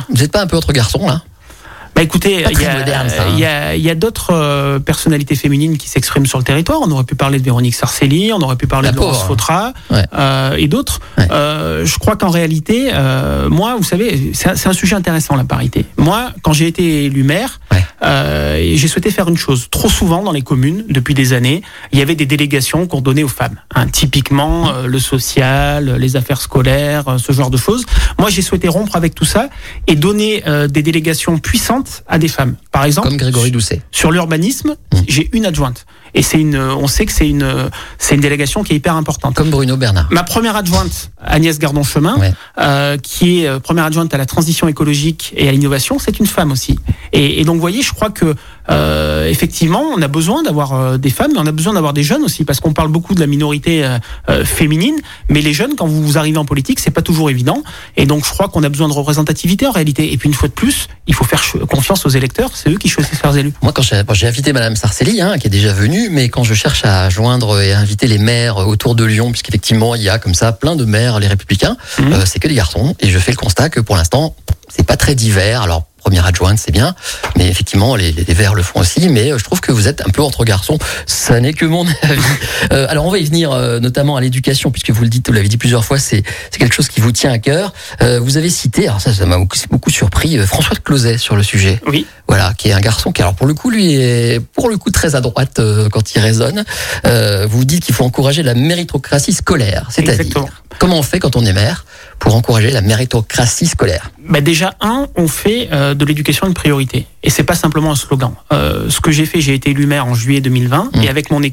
C: Vous n'êtes pas un peu entre garçons, là ?
D: Bah écoutez, il y a, moderne, ça, hein. y a, y a d'autres euh, personnalités féminines qui s'expriment sur le territoire. On aurait pu parler de Véronique Sarcelli, on aurait pu parler La de pauvre, Laurence Fautra ouais. euh, et d'autres. Ouais. Euh, je crois qu'en réalité, euh, moi, vous savez, c'est un, c'est un sujet intéressant, la parité. Moi, quand j'ai été élu maire, ouais. euh, j'ai souhaité faire une chose. Trop souvent, dans les communes, depuis des années, il y avait des délégations qu'on donnait aux femmes. Hein, typiquement, euh, le social, les affaires scolaires, ce genre de choses. Moi, j'ai souhaité rompre avec tout ça et donner euh, des délégations puissantes à des femmes. Par exemple,
C: comme Grégory Doucet.
D: Sur l'urbanisme, mmh. j'ai une adjointe. Et c'est une, on sait que c'est une, c'est une délégation qui est hyper importante.
C: Comme Bruno Bernard.
D: Ma première adjointe, Agnès Gardon-Chemin, ouais. euh, qui est première adjointe à la transition écologique et à l'innovation, c'est une femme aussi. Et, et donc, vous voyez, je crois que euh, effectivement, on a besoin d'avoir euh, des femmes, mais on a besoin d'avoir des jeunes aussi, parce qu'on parle beaucoup de la minorité euh, euh, féminine, mais les jeunes, quand vous arrivez en politique, c'est pas toujours évident. Et donc, je crois qu'on a besoin de représentativité en réalité. Et puis, une fois de plus, il faut faire confiance aux électeurs. C'est eux qui choisissent leurs élus.
C: Moi, quand j'ai, bon, j'ai invité Madame Sarcelli, hein, qui est déjà venue, mais quand je cherche à joindre et à inviter les maires autour de Lyon, puisqu'effectivement, il y a comme ça plein de maires, les Républicains, mmh. euh, c'est que des garçons. Et je fais le constat que pour l'instant, c'est pas très divers. Alors, première adjointe, c'est bien, mais effectivement, les, les Verts le font aussi, mais je trouve que vous êtes un peu entre garçons. Ça n'est que mon avis. Euh, alors, on va y venir, euh, notamment à l'éducation, puisque vous le dites, vous l'avez dit plusieurs fois, c'est, c'est quelque chose qui vous tient à cœur. Euh, vous avez cité, alors ça, ça m'a beaucoup, beaucoup surpris, euh, François de Closet sur le sujet.
D: Oui.
C: Voilà, qui est un garçon qui, alors pour le coup, lui est pour le coup très à droite euh, quand il raisonne. Euh, vous dites qu'il faut encourager la méritocratie scolaire, c'est-à-dire Exactement. Comment on fait quand on est maire pour encourager la méritocratie scolaire ?
D: Bah déjà, un, on fait euh, de l'éducation une priorité. Et c'est pas simplement un slogan. Euh, ce que j'ai fait, j'ai été élu maire en juillet deux mille vingt, mmh. et avec mon équipe,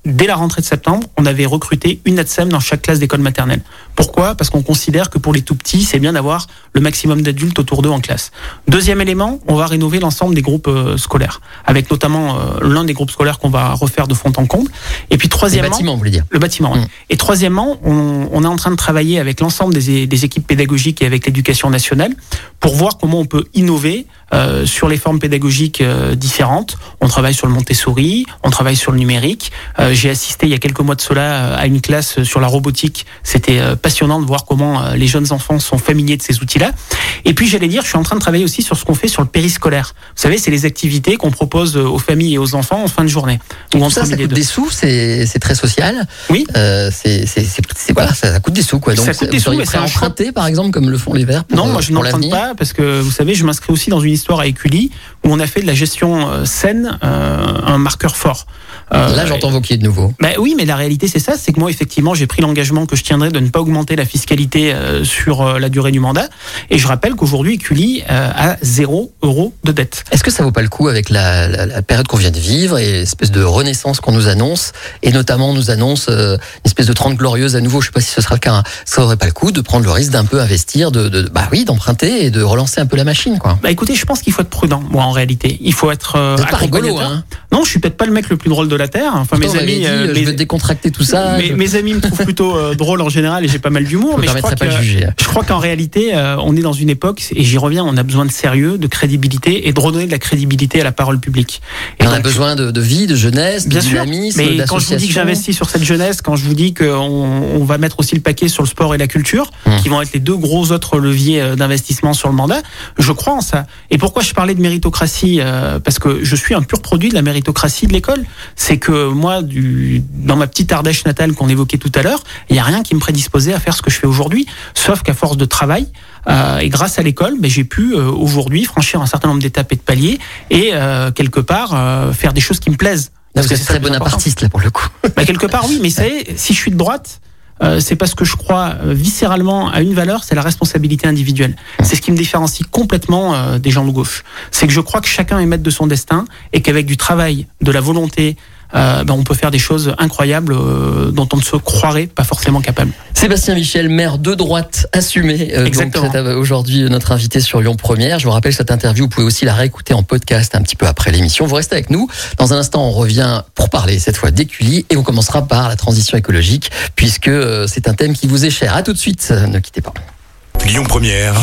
D: dès la rentrée de septembre, on avait recruté une ATSEM dans chaque classe d'école maternelle. Pourquoi ? Parce qu'on considère que pour les tout petits, c'est bien d'avoir le maximum d'adultes autour d'eux en classe. Deuxième élément, on va rénover l'ensemble des groupes euh, scolaires, avec notamment euh, l'un des groupes scolaires qu'on va refaire de fond en comble. Et puis troisièmement,
C: le bâtiment, vous voulez dire ?
D: Le bâtiment.
C: Mmh.
D: Oui. Et troisièmement, on, on est en train de travailler avec l'ensemble des, des équipes pédagogiques et avec l'éducation nationale pour voir comment on peut innover euh, sur les formes pédagogiques euh, différentes. On travaille sur le Montessori, on travaille sur le numérique. Euh, j'ai assisté il y a quelques mois de cela à une classe sur la robotique. C'était euh, passionnant de voir comment euh, les jeunes enfants sont familiers de ces outils-là. Et puis j'allais dire, je suis en train de travailler aussi sur ce qu'on fait sur le périscolaire. Vous savez, c'est les activités qu'on propose aux familles et aux enfants en fin de journée.
C: Ou ça, ça coûte des sous, c'est, c'est très social.
D: Oui.
C: Euh, c'est, c'est, c'est, c'est voilà, ça, ça coûte des sous, quoi. Donc,
D: ça coûte des
C: vous
D: sous, mais
C: prêt
D: c'est
C: à
D: un
C: emprunter, par exemple, comme le font les Verts. Pour,
D: non, moi je n'emprunte pas parce que vous savez, je m'inscris aussi dans une histoire à Écully où on a fait de la gestion euh, saine euh, un marqueur fort.
C: Euh, Là, j'entends vos pieds de nouveau.
D: Bah oui, mais la réalité c'est ça, c'est que moi effectivement j'ai pris l'engagement que je tiendrai de ne pas augmenter la fiscalité euh, sur euh, la durée du mandat. Et je rappelle qu'aujourd'hui Écully euh, a zéro euro de dette.
C: Est-ce que ça vaut pas le coup avec la, la, la période qu'on vient de vivre et l'espèce de renaissance qu'on nous annonce, et notamment on nous annonce euh, une espèce de trente glorieuse à nouveau. Je sais pas si ce sera le cas. Hein. Ça aurait pas le coup de prendre le risque d'un peu investir, de, de bah oui, d'emprunter et de relancer un peu la machine, quoi.
D: Bah écoutez, je pense qu'il faut être prudent. Moi, en réalité, il faut être. Euh,
C: pas rigolo, hein.
D: Non, je suis peut-être pas le mec le plus drôle de la terre. Enfin,
C: Pourtant,
D: mes amis,
C: dit,
D: euh,
C: je
D: mes...
C: veux décontracter tout ça.
D: Mes,
C: je...
D: mes amis me trouvent plutôt euh, drôle en général et j'ai pas mal d'humour.
C: Je
D: mais je crois,
C: pas
D: que,
C: de juger.
D: je crois qu'en réalité, euh, on est dans une époque et j'y reviens. On a besoin de sérieux, de crédibilité et de redonner de la crédibilité à la parole publique. Et
C: on
D: donc,
C: a besoin de, de vie, de jeunesse, de
D: bien
C: dynamisme,
D: sûr. Mais
C: d'association.
D: quand je vous dis que j'investis sur cette jeunesse, quand je vous dis qu'on on va mettre aussi le paquet sur le sport et la culture, mmh. qui vont être les deux gros autres leviers d'investissement sur le mandat, je crois en ça. Et pourquoi je parlais de méritocratie euh, Parce que je suis un pur produit de la méritocratie de l'école. C'est que moi, du, dans ma petite Ardèche natale qu'on évoquait tout à l'heure, il n'y a rien qui me prédisposait à faire ce que je fais aujourd'hui, sauf qu'à force de travail, euh, et grâce à l'école, ben, j'ai pu euh, aujourd'hui franchir un certain nombre d'étapes et de paliers et euh, quelque part euh, faire des choses qui me plaisent.
C: Parce que c'est très bonapartiste là pour le coup.
D: Ben, quelque part oui, mais vous savez, si je suis de droite, Euh, c'est parce que je crois euh, viscéralement à une valeur, c'est la responsabilité individuelle. C'est ce qui me différencie complètement euh, des gens de gauche. C'est que je crois que chacun est maître de son destin et qu'avec du travail, de la volonté, euh, ben on peut faire des choses incroyables euh, dont on ne se croirait pas forcément capable.
C: Sébastien Michel, maire de droite assumé. Euh,
D: Exactement.
C: Donc, c'est aujourd'hui notre invité sur Lyon Première. Je vous rappelle cette interview, vous pouvez aussi la réécouter en podcast un petit peu après l'émission. Vous restez avec nous. Dans un instant, on revient pour parler cette fois d'Écully et on commencera par la transition écologique puisque euh, c'est un thème qui vous est cher. À tout de suite, ne quittez pas.
A: Lyon Première,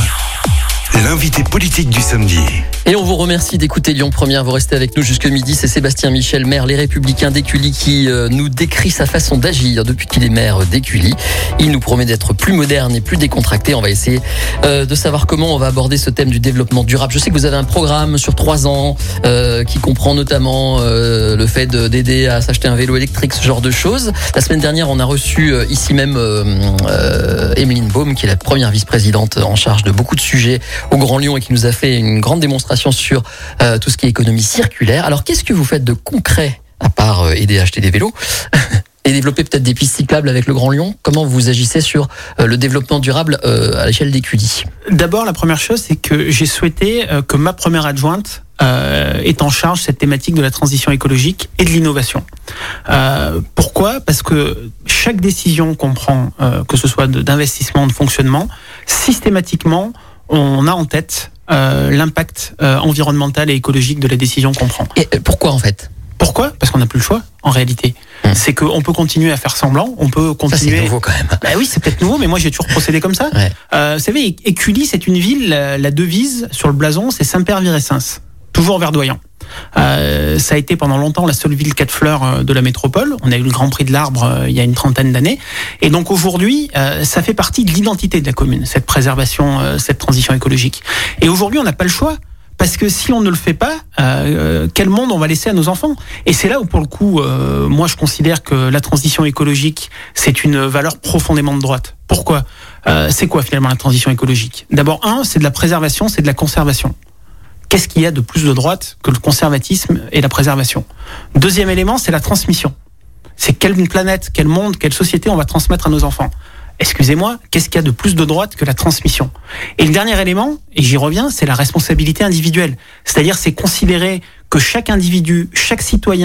A: l'invité politique du samedi.
C: Et on vous remercie d'écouter Lyon Première. Vous restez avec nous jusque midi. C'est Sébastien Michel, maire Les Républicains d'Écully, qui euh, nous décrit sa façon d'agir depuis qu'il est maire d'Écully. Il nous promet d'être plus moderne et plus décontracté. On va essayer euh, de savoir comment on va aborder ce thème du développement durable. Je sais que vous avez un programme sur trois ans euh, qui comprend notamment euh, le fait de, d'aider à s'acheter un vélo électrique, ce genre de choses. La semaine dernière, on a reçu euh, ici même euh, euh, Emeline Baum, qui est la première vice-présidente en charge de beaucoup de sujets au Grand Lyon et qui nous a fait une grande démonstration sur euh, tout ce qui est économie circulaire. Alors, qu'est-ce que vous faites de concret, à part euh, aider à acheter des vélos et développer peut-être des pistes cyclables avec le Grand Lyon? Comment vous agissez sur euh, le développement durable euh, à l'échelle d'Écully?
D: D'abord, la première chose, c'est que j'ai souhaité euh, que ma première adjointe euh, ait en charge cette thématique de la transition écologique et de l'innovation. Euh, pourquoi ? Parce que chaque décision qu'on prend, euh, que ce soit de, d'investissement, de fonctionnement, systématiquement, on a en tête euh, l'impact euh, environnemental et écologique de la décision qu'on prend.
C: Et pourquoi en fait ?
D: Pourquoi ? Parce qu'on n'a plus le choix, en réalité. Mmh. C'est qu'on peut continuer à faire semblant, on peut continuer...
C: Ça, c'est nouveau quand même.
D: Bah oui, c'est peut-être nouveau, mais moi j'ai toujours procédé comme ça.
C: Ouais.
D: Euh, vous savez, Écully, c'est une ville, la, la devise sur le blason, c'est Saint-Père-Virescens, toujours verdoyant. Euh, ça a été pendant longtemps la seule ville quatre fleurs de la métropole. On a eu le Grand Prix de l'Arbre euh, il y a une trentaine d'années. Et donc aujourd'hui, euh, ça fait partie de l'identité de la commune, cette préservation, euh, cette transition écologique. Et aujourd'hui, on n'a pas le choix. Parce que si on ne le fait pas, euh, quel monde on va laisser à nos enfants ? Et c'est là où, pour le coup, euh, moi, je considère que la transition écologique, c'est une valeur profondément de droite. Pourquoi ? euh, C'est quoi, finalement, la transition écologique ? D'abord, un, c'est de la préservation, c'est de la conservation. Qu'est-ce qu'il y a de plus de droite que le conservatisme et la préservation ? Deuxième élément, c'est la transmission. C'est quelle planète, quel monde, quelle société on va transmettre à nos enfants ? Excusez-moi, qu'est-ce qu'il y a de plus de droite que la transmission ? Et le dernier élément, et j'y reviens, c'est la responsabilité individuelle. C'est-à-dire, c'est considérer que chaque individu, chaque citoyen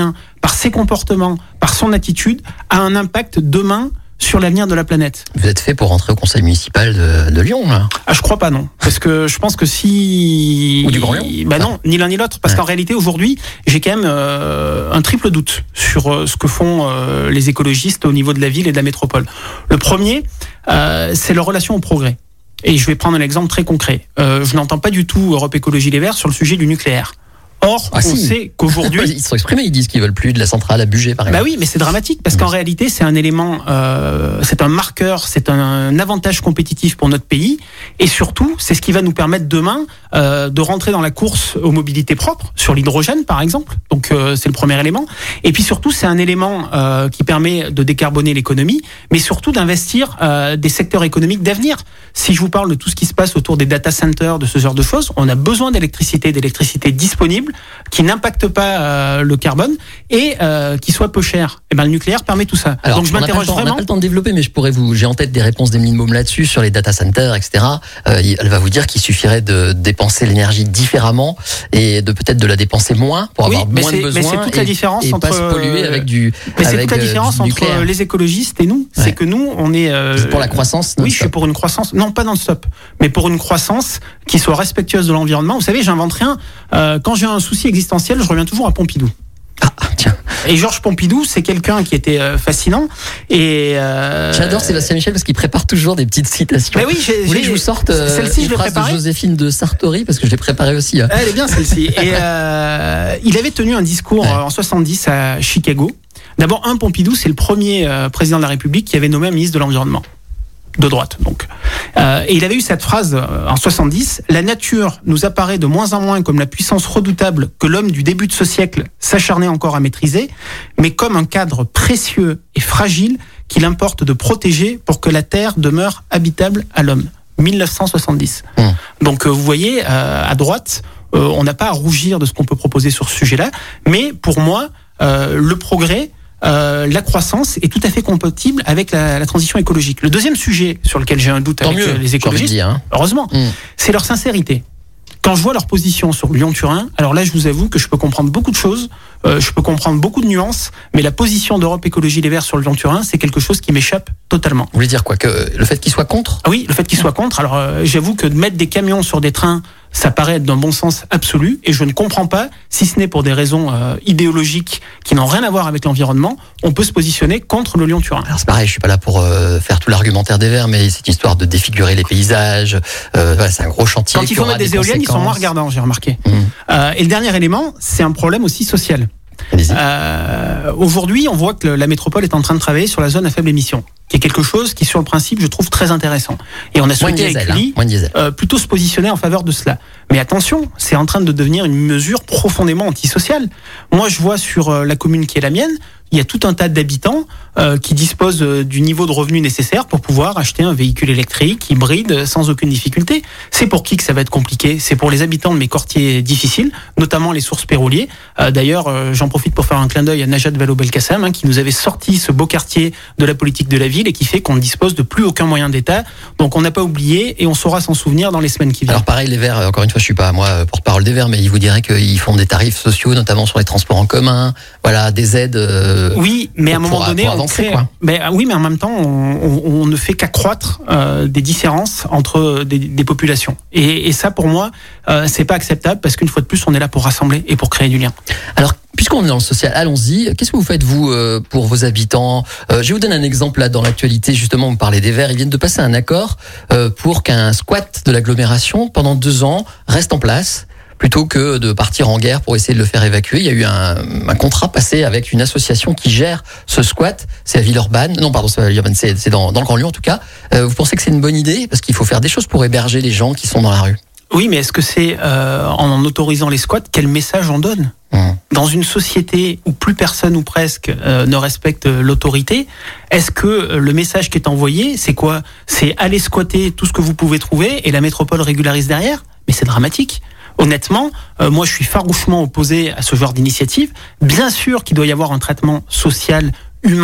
D: par ses comportements, par son attitude, a un impact demain sur l'avenir de la planète.
C: Vous êtes fait pour rentrer au conseil municipal de, de Lyon, là?
D: Ah, je crois pas, non. Parce que je pense que si...
C: Ou du Grand Lyon?
D: Bah non, ni l'un ni l'autre. Parce ouais. qu'en réalité, aujourd'hui, j'ai quand même euh, un triple doute sur euh, ce que font euh, les écologistes au niveau de la ville et de la métropole. Le premier, euh, c'est leur relation au progrès. Et je vais prendre un exemple très concret. Euh, je n'entends pas du tout Europe Écologie Les Verts sur le sujet du nucléaire. Or, ah, on si. sait qu'aujourd'hui...
C: Ils se sont exprimés, ils disent qu'ils veulent plus de la centrale à Bugey, par exemple.
D: Bah oui, mais c'est dramatique, parce qu'en réalité, c'est un élément, euh, c'est un marqueur, c'est un avantage compétitif pour notre pays, et surtout, c'est ce qui va nous permettre demain euh, de rentrer dans la course aux mobilités propres, sur l'hydrogène, par exemple. Donc, euh, c'est le premier élément. Et puis surtout, c'est un élément euh, qui permet de décarboner l'économie, mais surtout d'investir euh, des secteurs économiques d'avenir. Si je vous parle de tout ce qui se passe autour des data centers, de ce genre de choses, on a besoin d'électricité, d'électricité disponible, qui n'impacte pas euh, le carbone et euh, qui soit peu cher. Et ben le nucléaire permet tout ça.
C: Alors,
D: donc je m'interroge vraiment.
C: On n'a pas le temps de développer, mais je pourrais vous. J'ai en tête des réponses d'Emeline Baume là-dessus sur les data centers, et cetera. Euh, elle va vous dire qu'il suffirait de dépenser l'énergie différemment et de peut-être de la dépenser moins pour
D: oui,
C: avoir moins de besoins.
D: Mais c'est toute la différence
C: et
D: entre.
C: Pas se polluer avec du.
D: Mais c'est
C: avec
D: toute la différence entre
C: nucléaire.
D: Les écologistes et nous. Ouais. C'est que nous, on est. Euh,
C: pour la croissance.
D: Oui, je suis pour une croissance. Non, pas non-stop, mais pour une croissance qui soit respectueuse de l'environnement. Vous savez, j'invente rien. Euh, quand j'ai un souci existentiel, je reviens toujours à Pompidou.
C: Ah, tiens.
D: Et Georges Pompidou, c'est quelqu'un qui était euh, fascinant. Et euh...
C: j'adore Sébastien Michel parce qu'il prépare toujours des petites citations.
D: Mais oui, j'ai,
C: vous voulez que je vous sorte euh,
D: celle-ci,
C: une
D: je
C: phrase de Joséphine de Sartori parce que je l'ai préparée aussi. Hein.
D: Elle est bien celle-ci. Et euh, il avait tenu un discours ouais. en soixante-dix à Chicago. D'abord, un Pompidou, c'est le premier euh, président de la République qui avait nommé un ministre de l'environnement. De droite, donc. Euh, et il avait eu cette phrase euh, en soixante-dix. La nature nous apparaît de moins en moins comme la puissance redoutable que l'homme du début de ce siècle s'acharnait encore à maîtriser, mais comme un cadre précieux et fragile qu'il importe de protéger pour que la terre demeure habitable à l'homme. dix-neuf cent soixante-dix. Mmh. Donc, euh, vous voyez, euh, à droite, euh, on n'a pas à rougir de ce qu'on peut proposer sur ce sujet-là, mais pour moi, euh, le progrès, Euh, la croissance est tout à fait compatible avec la, la transition écologique. Le deuxième sujet sur lequel j'ai un doute
C: Tant
D: avec
C: mieux,
D: les écologistes,
C: dire, hein.
D: heureusement, mmh. c'est leur sincérité. Quand je vois leur position sur Lyon-Turin, alors là, je vous avoue que je peux comprendre beaucoup de choses, euh, je peux comprendre beaucoup de nuances, mais la position d'Europe Écologie Les Verts sur Lyon-Turin, c'est quelque chose qui m'échappe totalement.
C: Vous voulez dire quoi? Que le fait qu'ils soient contre?
D: Ah oui, le fait qu'ils soient contre. Alors, euh, j'avoue que de mettre des camions sur des trains, ça paraît être d'un bon sens absolu, et je ne comprends pas, si ce n'est pour des raisons euh, idéologiques qui n'ont rien à voir avec l'environnement, on peut se positionner contre le Lyon-Turin.
C: Alors c'est pareil, je suis pas là pour euh, faire tout l'argumentaire des Verts, mais c'est une histoire de défigurer les paysages. Euh, voilà, c'est un gros chantier.
D: Quand il faut mettre des, des éoliennes, ils sont moins regardants, j'ai remarqué. Mmh. Euh, et le dernier élément, c'est un problème aussi social. Euh, aujourd'hui, on voit que la métropole est en train de travailler sur la zone à faible émission, qui est quelque chose qui, sur le principe, je trouve très intéressant. Et on a souhaité
C: diesel,
D: avec lui
C: hein,
D: euh, plutôt se positionner en faveur de cela. Mais attention, c'est en train de devenir une mesure profondément antisociale. Moi, je vois sur euh, la commune qui est la mienne, il y a tout un tas d'habitants euh, qui disposent euh, du niveau de revenu nécessaire pour pouvoir acheter un véhicule électrique, hybride, sans aucune difficulté. C'est pour qui que ça va être compliqué? C'est pour les habitants de mes quartiers difficiles, notamment les sources Péroliers. Euh, d'ailleurs, euh, j'en profite pour faire un clin d'œil à Najat Vallaud-Belkacem, hein, qui nous avait sorti ce beau quartier de la politique de la ville et qui fait qu'on ne dispose de plus aucun moyen d'État. Donc on n'a pas oublié et on saura s'en souvenir dans les semaines qui viennent.
C: Alors pareil, les Verts, encore une fois, je suis pas moi porte-parole des Verts, mais ils vous diraient qu'ils font des tarifs sociaux, notamment sur les transports en commun, voilà, des aides. Euh,
D: oui, mais à un moment
C: pour,
D: donné,
C: pour avancer,
D: on crée,
C: quoi.
D: Mais oui, mais en même temps, on, on, on ne fait qu'accroître euh, des différences entre des, des populations. Et, et ça, pour moi, euh, c'est pas acceptable parce qu'une fois de plus, on est là pour rassembler et pour créer du lien.
C: Alors, puisqu'on est dans le social, allons-y. Qu'est-ce que vous faites, vous, euh, pour vos habitants? euh, Je vais vous donner un exemple, là, dans l'actualité, justement, vous parlez des Verts. Ils viennent de passer un accord euh, pour qu'un squat de l'agglomération, pendant deux ans, reste en place, plutôt que de partir en guerre pour essayer de le faire évacuer. Il y a eu un, un contrat passé avec une association qui gère ce squat. C'est à Villeurbanne. Non, pardon, c'est à Villeurbanne, c'est, c'est dans, dans le Grand Lyon, en tout cas. Euh, vous pensez que c'est une bonne idée? Parce qu'il faut faire des choses pour héberger les gens qui sont dans la rue.
D: Oui, mais est-ce que c'est euh, en autorisant les squats, quel message on donne? Mmh. Dans une société où plus personne ou presque euh, ne respecte l'autorité, est-ce que le message qui est envoyé, c'est quoi? C'est aller squatter tout ce que vous pouvez trouver et la métropole régularise derrière? Mais c'est dramatique. Honnêtement, euh, moi je suis farouchement opposé à ce genre d'initiative. Bien sûr qu'il doit y avoir un traitement social, humain,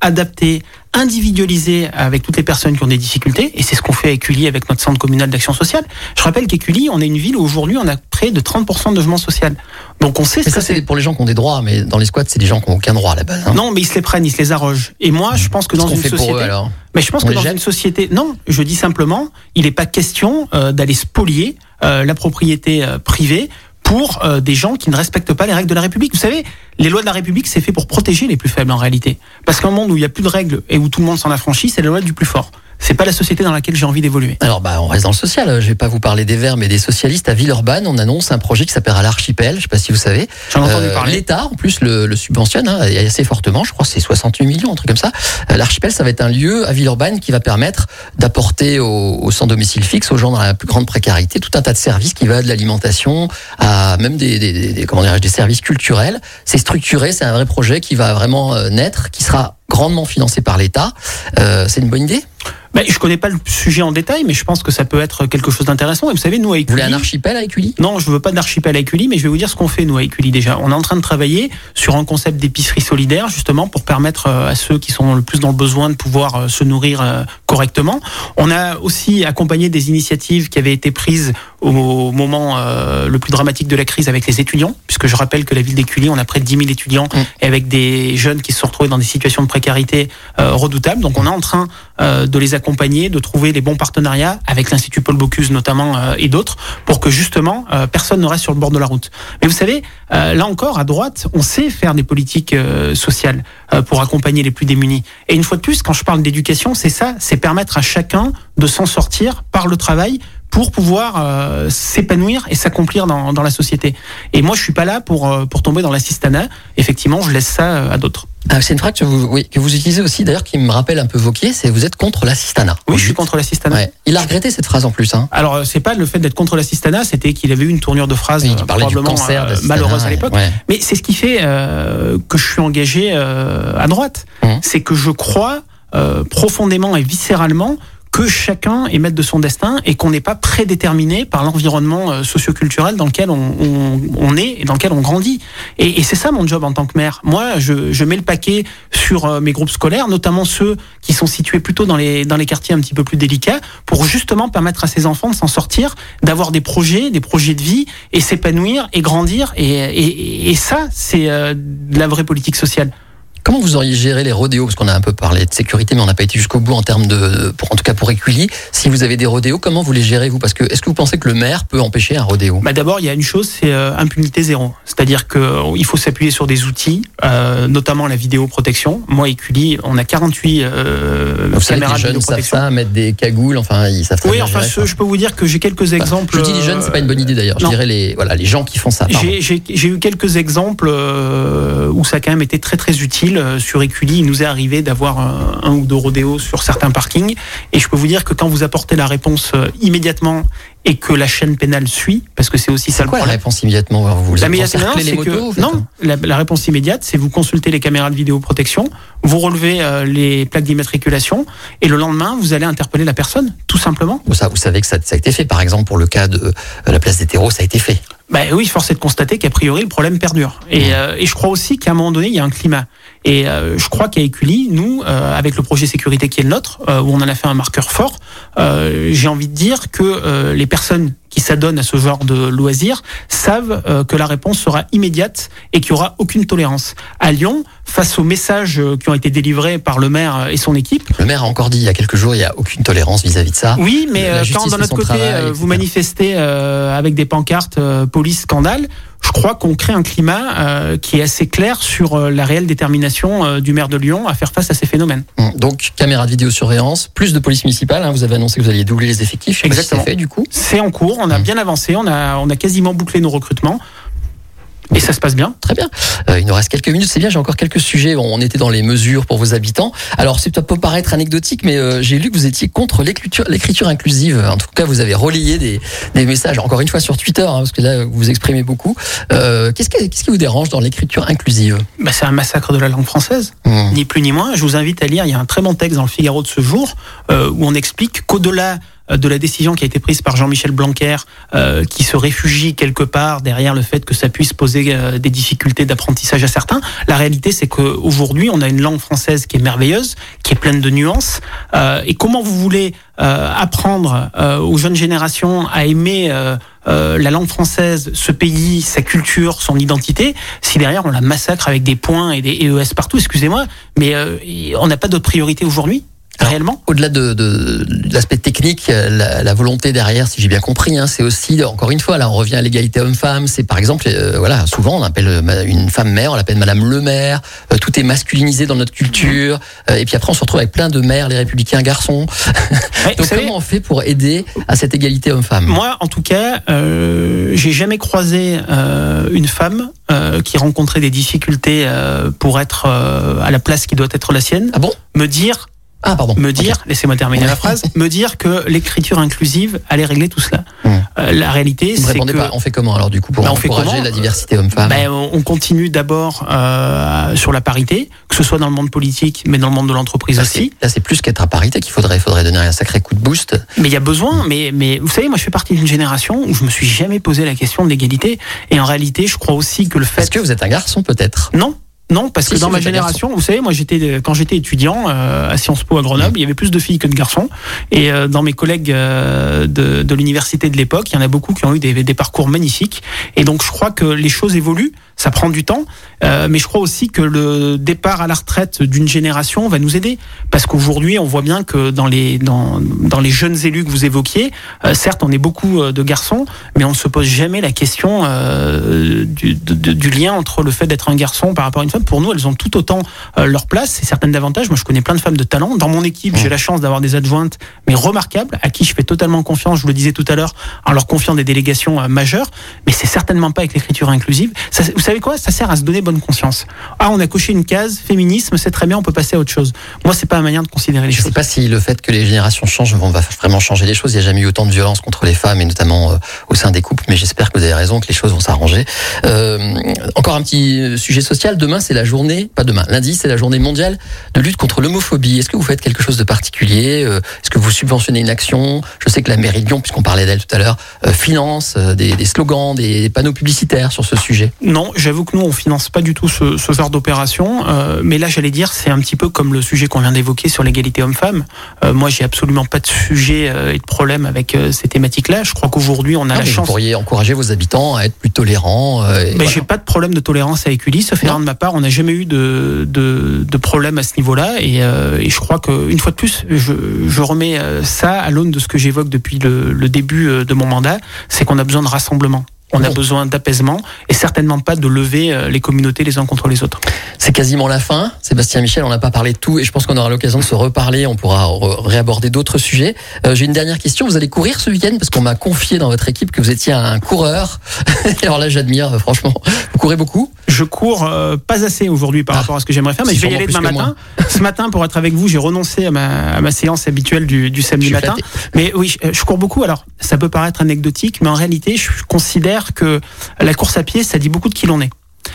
D: adapté, individualisé avec toutes les personnes qui ont des difficultés, et c'est ce qu'on fait à Écully avec notre centre communal d'action sociale. Je rappelle qu'Écully, on est une ville où aujourd'hui on a près de trente pour cent de logement social. Donc on sait
C: mais
D: ce
C: ça,
D: que
C: c'est
D: c'est.
C: pour les gens qui ont des droits, mais dans les squats, c'est des gens qui n'ont aucun droit à la base. Hein.
D: Non, mais ils se les prennent, ils se les arrogent. Et moi, je pense que dans
C: Qu'est-ce qu'on
D: une
C: fait
D: société.
C: pour eux, alors
D: Mais je pense
C: On
D: que
C: les
D: dans
C: jette
D: une société. Non, je dis simplement, il n'est pas question euh, d'aller spolier euh, la propriété euh, privée pour euh, des gens qui ne respectent pas les règles de la République. Vous savez, les lois de la République, c'est fait pour protéger les plus faibles en réalité. Parce qu'un monde où il n'y a plus de règles et où tout le monde s'en affranchit, c'est la loi du plus fort. C'est pas la société dans laquelle j'ai envie d'évoluer.
C: Alors, bah, on reste dans le social. Je vais pas vous parler des Verts, mais des socialistes à Villeurbanne. On annonce un projet qui s'appellera l'Archipel. Je sais pas si vous savez.
D: J'en ai entendu
C: Euh,
D: parler.
C: L'État, en plus, le, le subventionne hein, et assez fortement. Je crois que c'est soixante-huit millions, un truc comme ça. Euh, L'Archipel, ça va être un lieu à Villeurbanne qui va permettre d'apporter aux, aux sans domicile fixe, aux gens dans la plus grande précarité, tout un tas de services qui va de l'alimentation à même des, des, des, des comment dirais-je, des services culturels. C'est structuré, c'est un vrai projet qui va vraiment euh, naître, qui sera grandement financé par l'État. Euh, c'est une bonne idée?
D: Ben, je connais pas le sujet en détail, mais je pense que ça peut être quelque chose d'intéressant. Et vous savez, nous à
C: Vous voulez
D: Écully,
C: un archipel à Écully?
D: non, je veux pas d'archipel à Écully, mais je vais vous dire ce qu'on fait nous à Écully déjà. On est en train de travailler sur un concept d'épicerie solidaire, justement pour permettre à ceux qui sont le plus dans le besoin de pouvoir se nourrir correctement. On a aussi accompagné des initiatives qui avaient été prises au moment euh, le plus dramatique de la crise avec les étudiants, puisque je rappelle que la ville d'Écully, on a près de dix mille étudiants mmh. et avec des jeunes qui se sont retrouvés dans des situations de précarité euh, redoutables. Donc on est en train euh, de les accompagner, de trouver les bons partenariats avec l'Institut Paul Bocuse notamment euh, et d'autres, pour que justement euh, personne ne reste sur le bord de la route. Mais vous savez, euh, là encore, à droite, on sait faire des politiques euh, sociales euh, pour accompagner les plus démunis. Et une fois de plus, quand je parle d'éducation, c'est ça, c'est permettre à chacun de s'en sortir par le travail, pour pouvoir euh, s'épanouir et s'accomplir dans, dans la société. Et moi, je suis pas là pour euh, pour tomber dans l'assistanat. Effectivement, je laisse ça euh, à d'autres.
C: Ah, c'est une phrase que vous, oui, que vous utilisez aussi, d'ailleurs, qui me rappelle un peu Wauquiez, c'est vous êtes contre l'assistanat.
D: Oui, je suis contre l'assistanat.
C: Ouais. Il a regretté cette phrase en plus. Hein.
D: Alors, c'est pas le fait d'être contre l'assistanat, c'était qu'il avait eu une tournure de phrase
C: oui,
D: euh, probablement euh, malheureuse à l'époque.
C: Ouais.
D: Mais c'est ce qui fait euh, que je suis engagé euh, à droite. Mmh. C'est que je crois euh, profondément et viscéralement que chacun est maître de son destin et qu'on n'est pas prédéterminé par l'environnement euh, socioculturel dans lequel on, on, on est et dans lequel on grandit. Et, et c'est ça mon job en tant que maire. Moi, je, je mets le paquet sur euh, mes groupes scolaires, notamment ceux qui sont situés plutôt dans les, dans les quartiers un petit peu plus délicats, pour justement permettre à ces enfants de s'en sortir, d'avoir des projets, des projets de vie, et s'épanouir et grandir. Et, et, et ça, c'est euh, de la vraie politique sociale.
C: Comment vous auriez géré les rodéos? Parce qu'on a un peu parlé de sécurité, mais on n'a pas été jusqu'au bout en termes de, pour, en tout cas pour Écully. Si vous avez des rodéos, comment vous les gérez vous? Parce que est-ce que vous pensez que le maire peut empêcher un rodéo?
D: Bah d'abord, il y a une chose, c'est euh, impunité zéro. C'est-à-dire que euh, il faut s'appuyer sur des outils, euh, notamment la vidéoprotection. Moi, Écully, on a quarante-huit euh,
C: vous savez
D: caméras
C: que les
D: de
C: jeunes savent
D: vidéoprotection.
C: ça, mettre des cagoules, enfin ils savent très
D: oui,
C: bien
D: enfin,
C: gérer
D: ce,
C: ça.
D: je peux vous dire que j'ai quelques exemples.
C: Je dis les jeunes, c'est pas une bonne idée d'ailleurs. Je
D: non.
C: dirais les, voilà, les gens qui font ça.
D: J'ai, j'ai, j'ai eu quelques exemples euh, où ça a quand même été très très utile euh, sur Écully. Il nous est arrivé d'avoir un, un ou deux rodéos sur certains parkings. Et je peux vous dire que quand vous apportez la réponse euh, immédiatement et que la chaîne pénale suit, parce que c'est aussi
C: c'est
D: ça le
C: quoi
D: problème.
C: La réponse immédiatement? Vous
D: La
C: vous
D: immédiate,
C: encerclez les
D: c'est
C: motos,
D: que, non, la, la réponse immédiate, c'est vous consultez les caméras de vidéoprotection, vous relevez euh, les plaques d'immatriculation, et le lendemain, vous allez interpeller la personne, tout simplement.
C: Ça, vous savez que ça, ça a été fait. Par exemple, pour le cas de euh, la place des terreaux, ça a été fait.
D: Ben oui, force est de constater qu'a priori le problème perdure. Et, euh, et je crois aussi qu'à un moment donné, il y a un climat. Et euh, je crois qu'à Écully, nous, euh, avec le projet sécurité qui est le nôtre, euh, où on en a fait un marqueur fort, euh, j'ai envie de dire que euh, les personnes qui s'adonnent à ce genre de loisirs savent euh, que la réponse sera immédiate et qu'il n'y aura aucune tolérance. À Lyon, face aux messages qui ont été délivrés par le maire et son équipe...
C: Le maire a encore dit il y a quelques jours, il n'y a aucune tolérance vis-à-vis de ça.
D: Oui, mais
C: La
D: quand d'un autre côté,
C: travail,
D: vous manifestez euh, avec des pancartes euh, police scandale, je crois qu'on crée un climat euh, qui est assez clair sur euh, la réelle détermination euh, du maire de Lyon à faire face à ces phénomènes.
C: Donc, caméra de vidéosurveillance, plus de police municipale. Hein, vous avez annoncé que vous alliez doubler les effectifs. Je sais
D: Exactement.
C: pas si c'est fait du coup.
D: C'est en cours, on a mmh. bien avancé, on a, on a quasiment bouclé nos recrutements. Et ça se passe bien.
C: Très bien. Euh, il nous reste quelques minutes, c'est bien, j'ai encore quelques sujets. On était dans les mesures pour vos habitants. Alors, ça peut paraître anecdotique, mais euh, j'ai lu que vous étiez contre l'écriture, l'écriture inclusive. En tout cas, vous avez relayé des, des messages, encore une fois sur Twitter, hein, parce que là, vous vous exprimez beaucoup. Euh, qu'est-ce, qui, qu'est-ce qui vous dérange dans l'écriture inclusive?
D: Bah, c'est un massacre de la langue française, mmh. ni plus ni moins. Je vous invite à lire, il y a un très bon texte dans le Figaro de ce jour, euh, où on explique qu'au-delà de la décision qui a été prise par Jean-Michel Blanquer, euh, qui se réfugie quelque part derrière le fait que ça puisse poser euh, des difficultés d'apprentissage à certains. La réalité, c'est qu'aujourd'hui, on a une langue française qui est merveilleuse, qui est pleine de nuances. Euh, et comment vous voulez euh, apprendre euh, aux jeunes générations à aimer euh, euh, la langue française, ce pays, sa culture, son identité, si derrière on la massacre avec des points et des E E S partout, excusez-moi, mais euh, on n'a pas d'autre priorité aujourd'hui ?
C: Alors,
D: réellement.
C: Au-delà de, de, de l'aspect technique, la, la volonté derrière, si j'ai bien compris, hein, c'est aussi, encore une fois, là on revient à l'égalité homme-femme, c'est par exemple, euh, voilà, souvent on appelle une femme mère, on l'appelle Madame le maire, euh, tout est masculinisé dans notre culture, euh, et puis après on se retrouve avec plein de mères, les républicains garçons.
D: Ouais,
C: Donc comment on fait pour aider à cette égalité homme-femme ?
D: Moi, en tout cas, euh, j'ai jamais croisé euh, une femme euh, qui rencontrait des difficultés euh, pour être euh, à la place qui doit être la sienne.
C: Ah bon ?
D: Me dire
C: Ah, pardon.
D: Me dire,
C: okay.
D: laissez-moi terminer la phrase, me dire que l'écriture inclusive allait régler tout cela. Mmh. Euh, la réalité,
C: Vous
D: c'est que...
C: Pas. On fait comment alors du coup pour
D: bah,
C: encourager la diversité homme-femme ?
D: bah, On continue d'abord euh, sur la parité, que ce soit dans le monde politique, mais dans le monde de l'entreprise
C: là,
D: aussi.
C: C'est, là, c'est plus qu'être à parité qu'il faudrait. Il faudrait donner un sacré coup de boost.
D: Mais il y a besoin. Mais, mais vous savez, moi, je fais partie d'une génération où je me suis jamais posé la question de l'égalité. Et en réalité, je crois aussi que le fait...
C: Est-ce que vous êtes un garçon peut-être ?
D: Non. Non, parce
C: si,
D: que dans
C: si,
D: ma génération, vous savez, moi j'étais quand j'étais étudiant euh, à Sciences Po à Grenoble, mmh. il y avait plus de filles que de garçons. Et euh, dans mes collègues euh, de, de l'université de l'époque, il y en a beaucoup qui ont eu des, des parcours magnifiques. Et donc je crois que les choses évoluent, ça prend du temps, euh, mais je crois aussi que le départ à la retraite d'une génération va nous aider, parce qu'aujourd'hui on voit bien que dans les dans dans les jeunes élus que vous évoquiez, euh, certes on est beaucoup de garçons, mais on ne se pose jamais la question euh, du, de, du lien entre le fait d'être un garçon par rapport à une femme. Pour nous, elles ont tout autant euh, leur place et certaines davantage. Moi, je connais plein de femmes de talent. Dans mon équipe, j'ai la chance d'avoir des adjointes, mais remarquables, à qui je fais totalement confiance, je vous le disais tout à l'heure, en leur confiant des délégations euh, majeures. Mais c'est certainement pas avec l'écriture inclusive. Ça, vous savez quoi ? Ça sert à se donner bonne conscience. Ah, on a coché une case, féminisme, c'est très bien, on peut passer à autre chose. Moi, c'est pas la manière de considérer les
C: je
D: choses.
C: Je sais pas si le fait que les générations changent va vraiment changer les choses. Il n'y a jamais eu autant de violence contre les femmes, et notamment euh, au sein des couples, mais j'espère que vous avez raison, que les choses vont s'arranger. Euh, encore un petit sujet social. Demain, c'est la journée, pas demain, lundi, c'est la journée mondiale de lutte contre l'homophobie. Est-ce que vous faites quelque chose de particulier ? Est-ce que vous subventionnez une action ? Je sais que la mairie de Lyon, puisqu'on parlait d'elle tout à l'heure, euh, finance euh, des, des slogans, des panneaux publicitaires sur ce sujet.
D: Non, j'avoue que nous, on finance pas du tout ce, ce genre d'opération. Euh, mais là, j'allais dire, c'est un petit peu comme le sujet qu'on vient d'évoquer sur l'égalité homme-femme. Euh, moi, j'ai absolument pas de sujet euh, et de problème avec euh, ces thématiques-là. Je crois qu'aujourd'hui, on a
C: ah,
D: la chance...
C: Vous pourriez encourager vos habitants à être plus tolérants. Euh,
D: mais voilà. J'ai pas de problème de tolérance avec Ulysse. Sauf erreur de ma part, on n'a jamais eu de, de, de problème à ce niveau-là. Et, euh, et je crois qu'une fois de plus, je, je remets ça à l'aune de ce que j'évoque depuis le, le début de mon mandat, c'est qu'on a besoin de rassemblement. On a besoin d'apaisement et certainement pas de lever les communautés les uns contre les autres.
C: C'est quasiment la fin. Sébastien Michel, on n'a pas parlé de tout et je pense qu'on aura l'occasion de se reparler. On pourra réaborder d'autres sujets. Euh, j'ai une dernière question. Vous allez courir ce week-end parce qu'on m'a confié dans votre équipe que vous étiez un coureur. Alors là, j'admire, franchement. Vous courez beaucoup ?
D: Je cours euh, pas assez aujourd'hui par ah, rapport à ce que j'aimerais faire, mais je vais y aller demain matin. Ce matin, pour être avec vous, j'ai renoncé à ma, à ma séance habituelle du, du samedi matin. Flatté. Mais oui, je, je cours beaucoup. Alors, ça peut paraître anecdotique, mais en réalité, je considère que la course à pied, ça dit beaucoup de qui l'on est.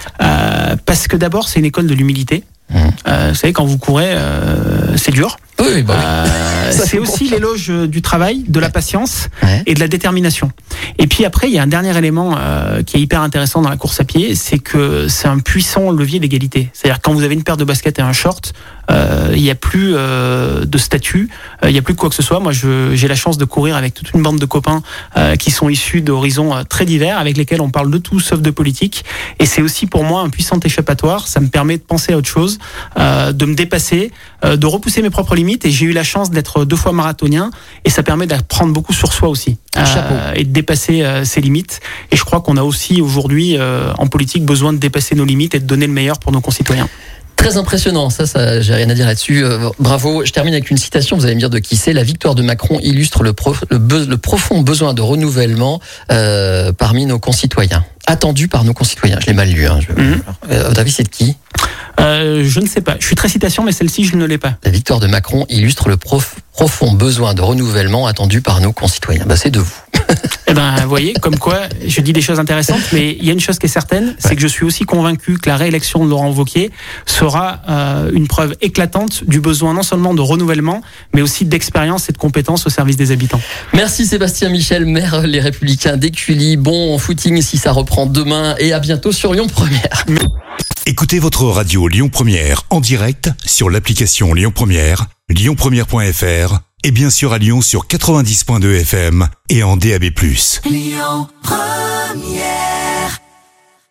D: Euh, parce que d'abord, c'est une école de l'humilité. Mmh. Euh, vous savez, quand vous courez, euh, c'est dur.
C: Oui, bah oui.
D: Euh, c'est aussi l'éloge du travail, de la patience
C: ouais.
D: et de la détermination. Et puis après, il y a un dernier élément euh, qui est hyper intéressant dans la course à pied, c'est que c'est un puissant levier d'égalité. C'est-à-dire quand vous avez une paire de baskets et un short, euh, il n'y a plus euh, de statut, euh, il n'y a plus de quoi que ce soit. Moi, je, j'ai la chance de courir avec toute une bande de copains euh, qui sont issus d'horizons euh, très divers, avec lesquels on parle de tout sauf de politique. Et c'est aussi pour moi un puissant échappatoire. Ça me permet de penser à autre chose, euh, de me dépasser, euh, de repousser mes propres limites. Et j'ai eu la chance d'être deux fois marathonien et ça permet d'apprendre beaucoup sur soi aussi euh, et de dépasser euh, ses limites. Et je crois qu'on a aussi aujourd'hui euh, en politique besoin de dépasser nos limites et de donner le meilleur pour nos concitoyens.
C: Très impressionnant, ça, ça, j'ai rien à dire là-dessus. Euh, bravo. Je termine avec une citation. Vous allez me dire de qui c'est. La victoire de Macron illustre le, pro, le, be, le profond besoin de renouvellement euh, parmi nos concitoyens. Attendu par nos concitoyens. Je l'ai mal lu. Hein. Je, mm-hmm. euh, à votre avis, c'est de qui ?
D: Euh, je ne sais pas. Je suis très citation, mais celle-ci, je ne l'ai pas.
C: La victoire de Macron illustre le prof, profond besoin de renouvellement attendu par nos concitoyens. Bah, c'est de vous.
D: Eh ben, ben, vous voyez, comme quoi, je dis des choses intéressantes, mais il y a une chose qui est certaine, c'est ouais. que je suis aussi convaincu que la réélection de Laurent Wauquiez sera euh, une preuve éclatante du besoin non seulement de renouvellement, mais aussi d'expérience et de compétences au service des habitants.
C: Merci Sébastien Michel, maire Les Républicains d'Écully. Bon footing si ça reprend demain et à bientôt sur Lyon Première.
A: Écoutez votre radio Lyon Première en direct sur l'application Lyon Première, lyon première point f r et bien sûr à Lyon sur quatre-vingt-dix point deux F M et en D A B plus. Lyon Première.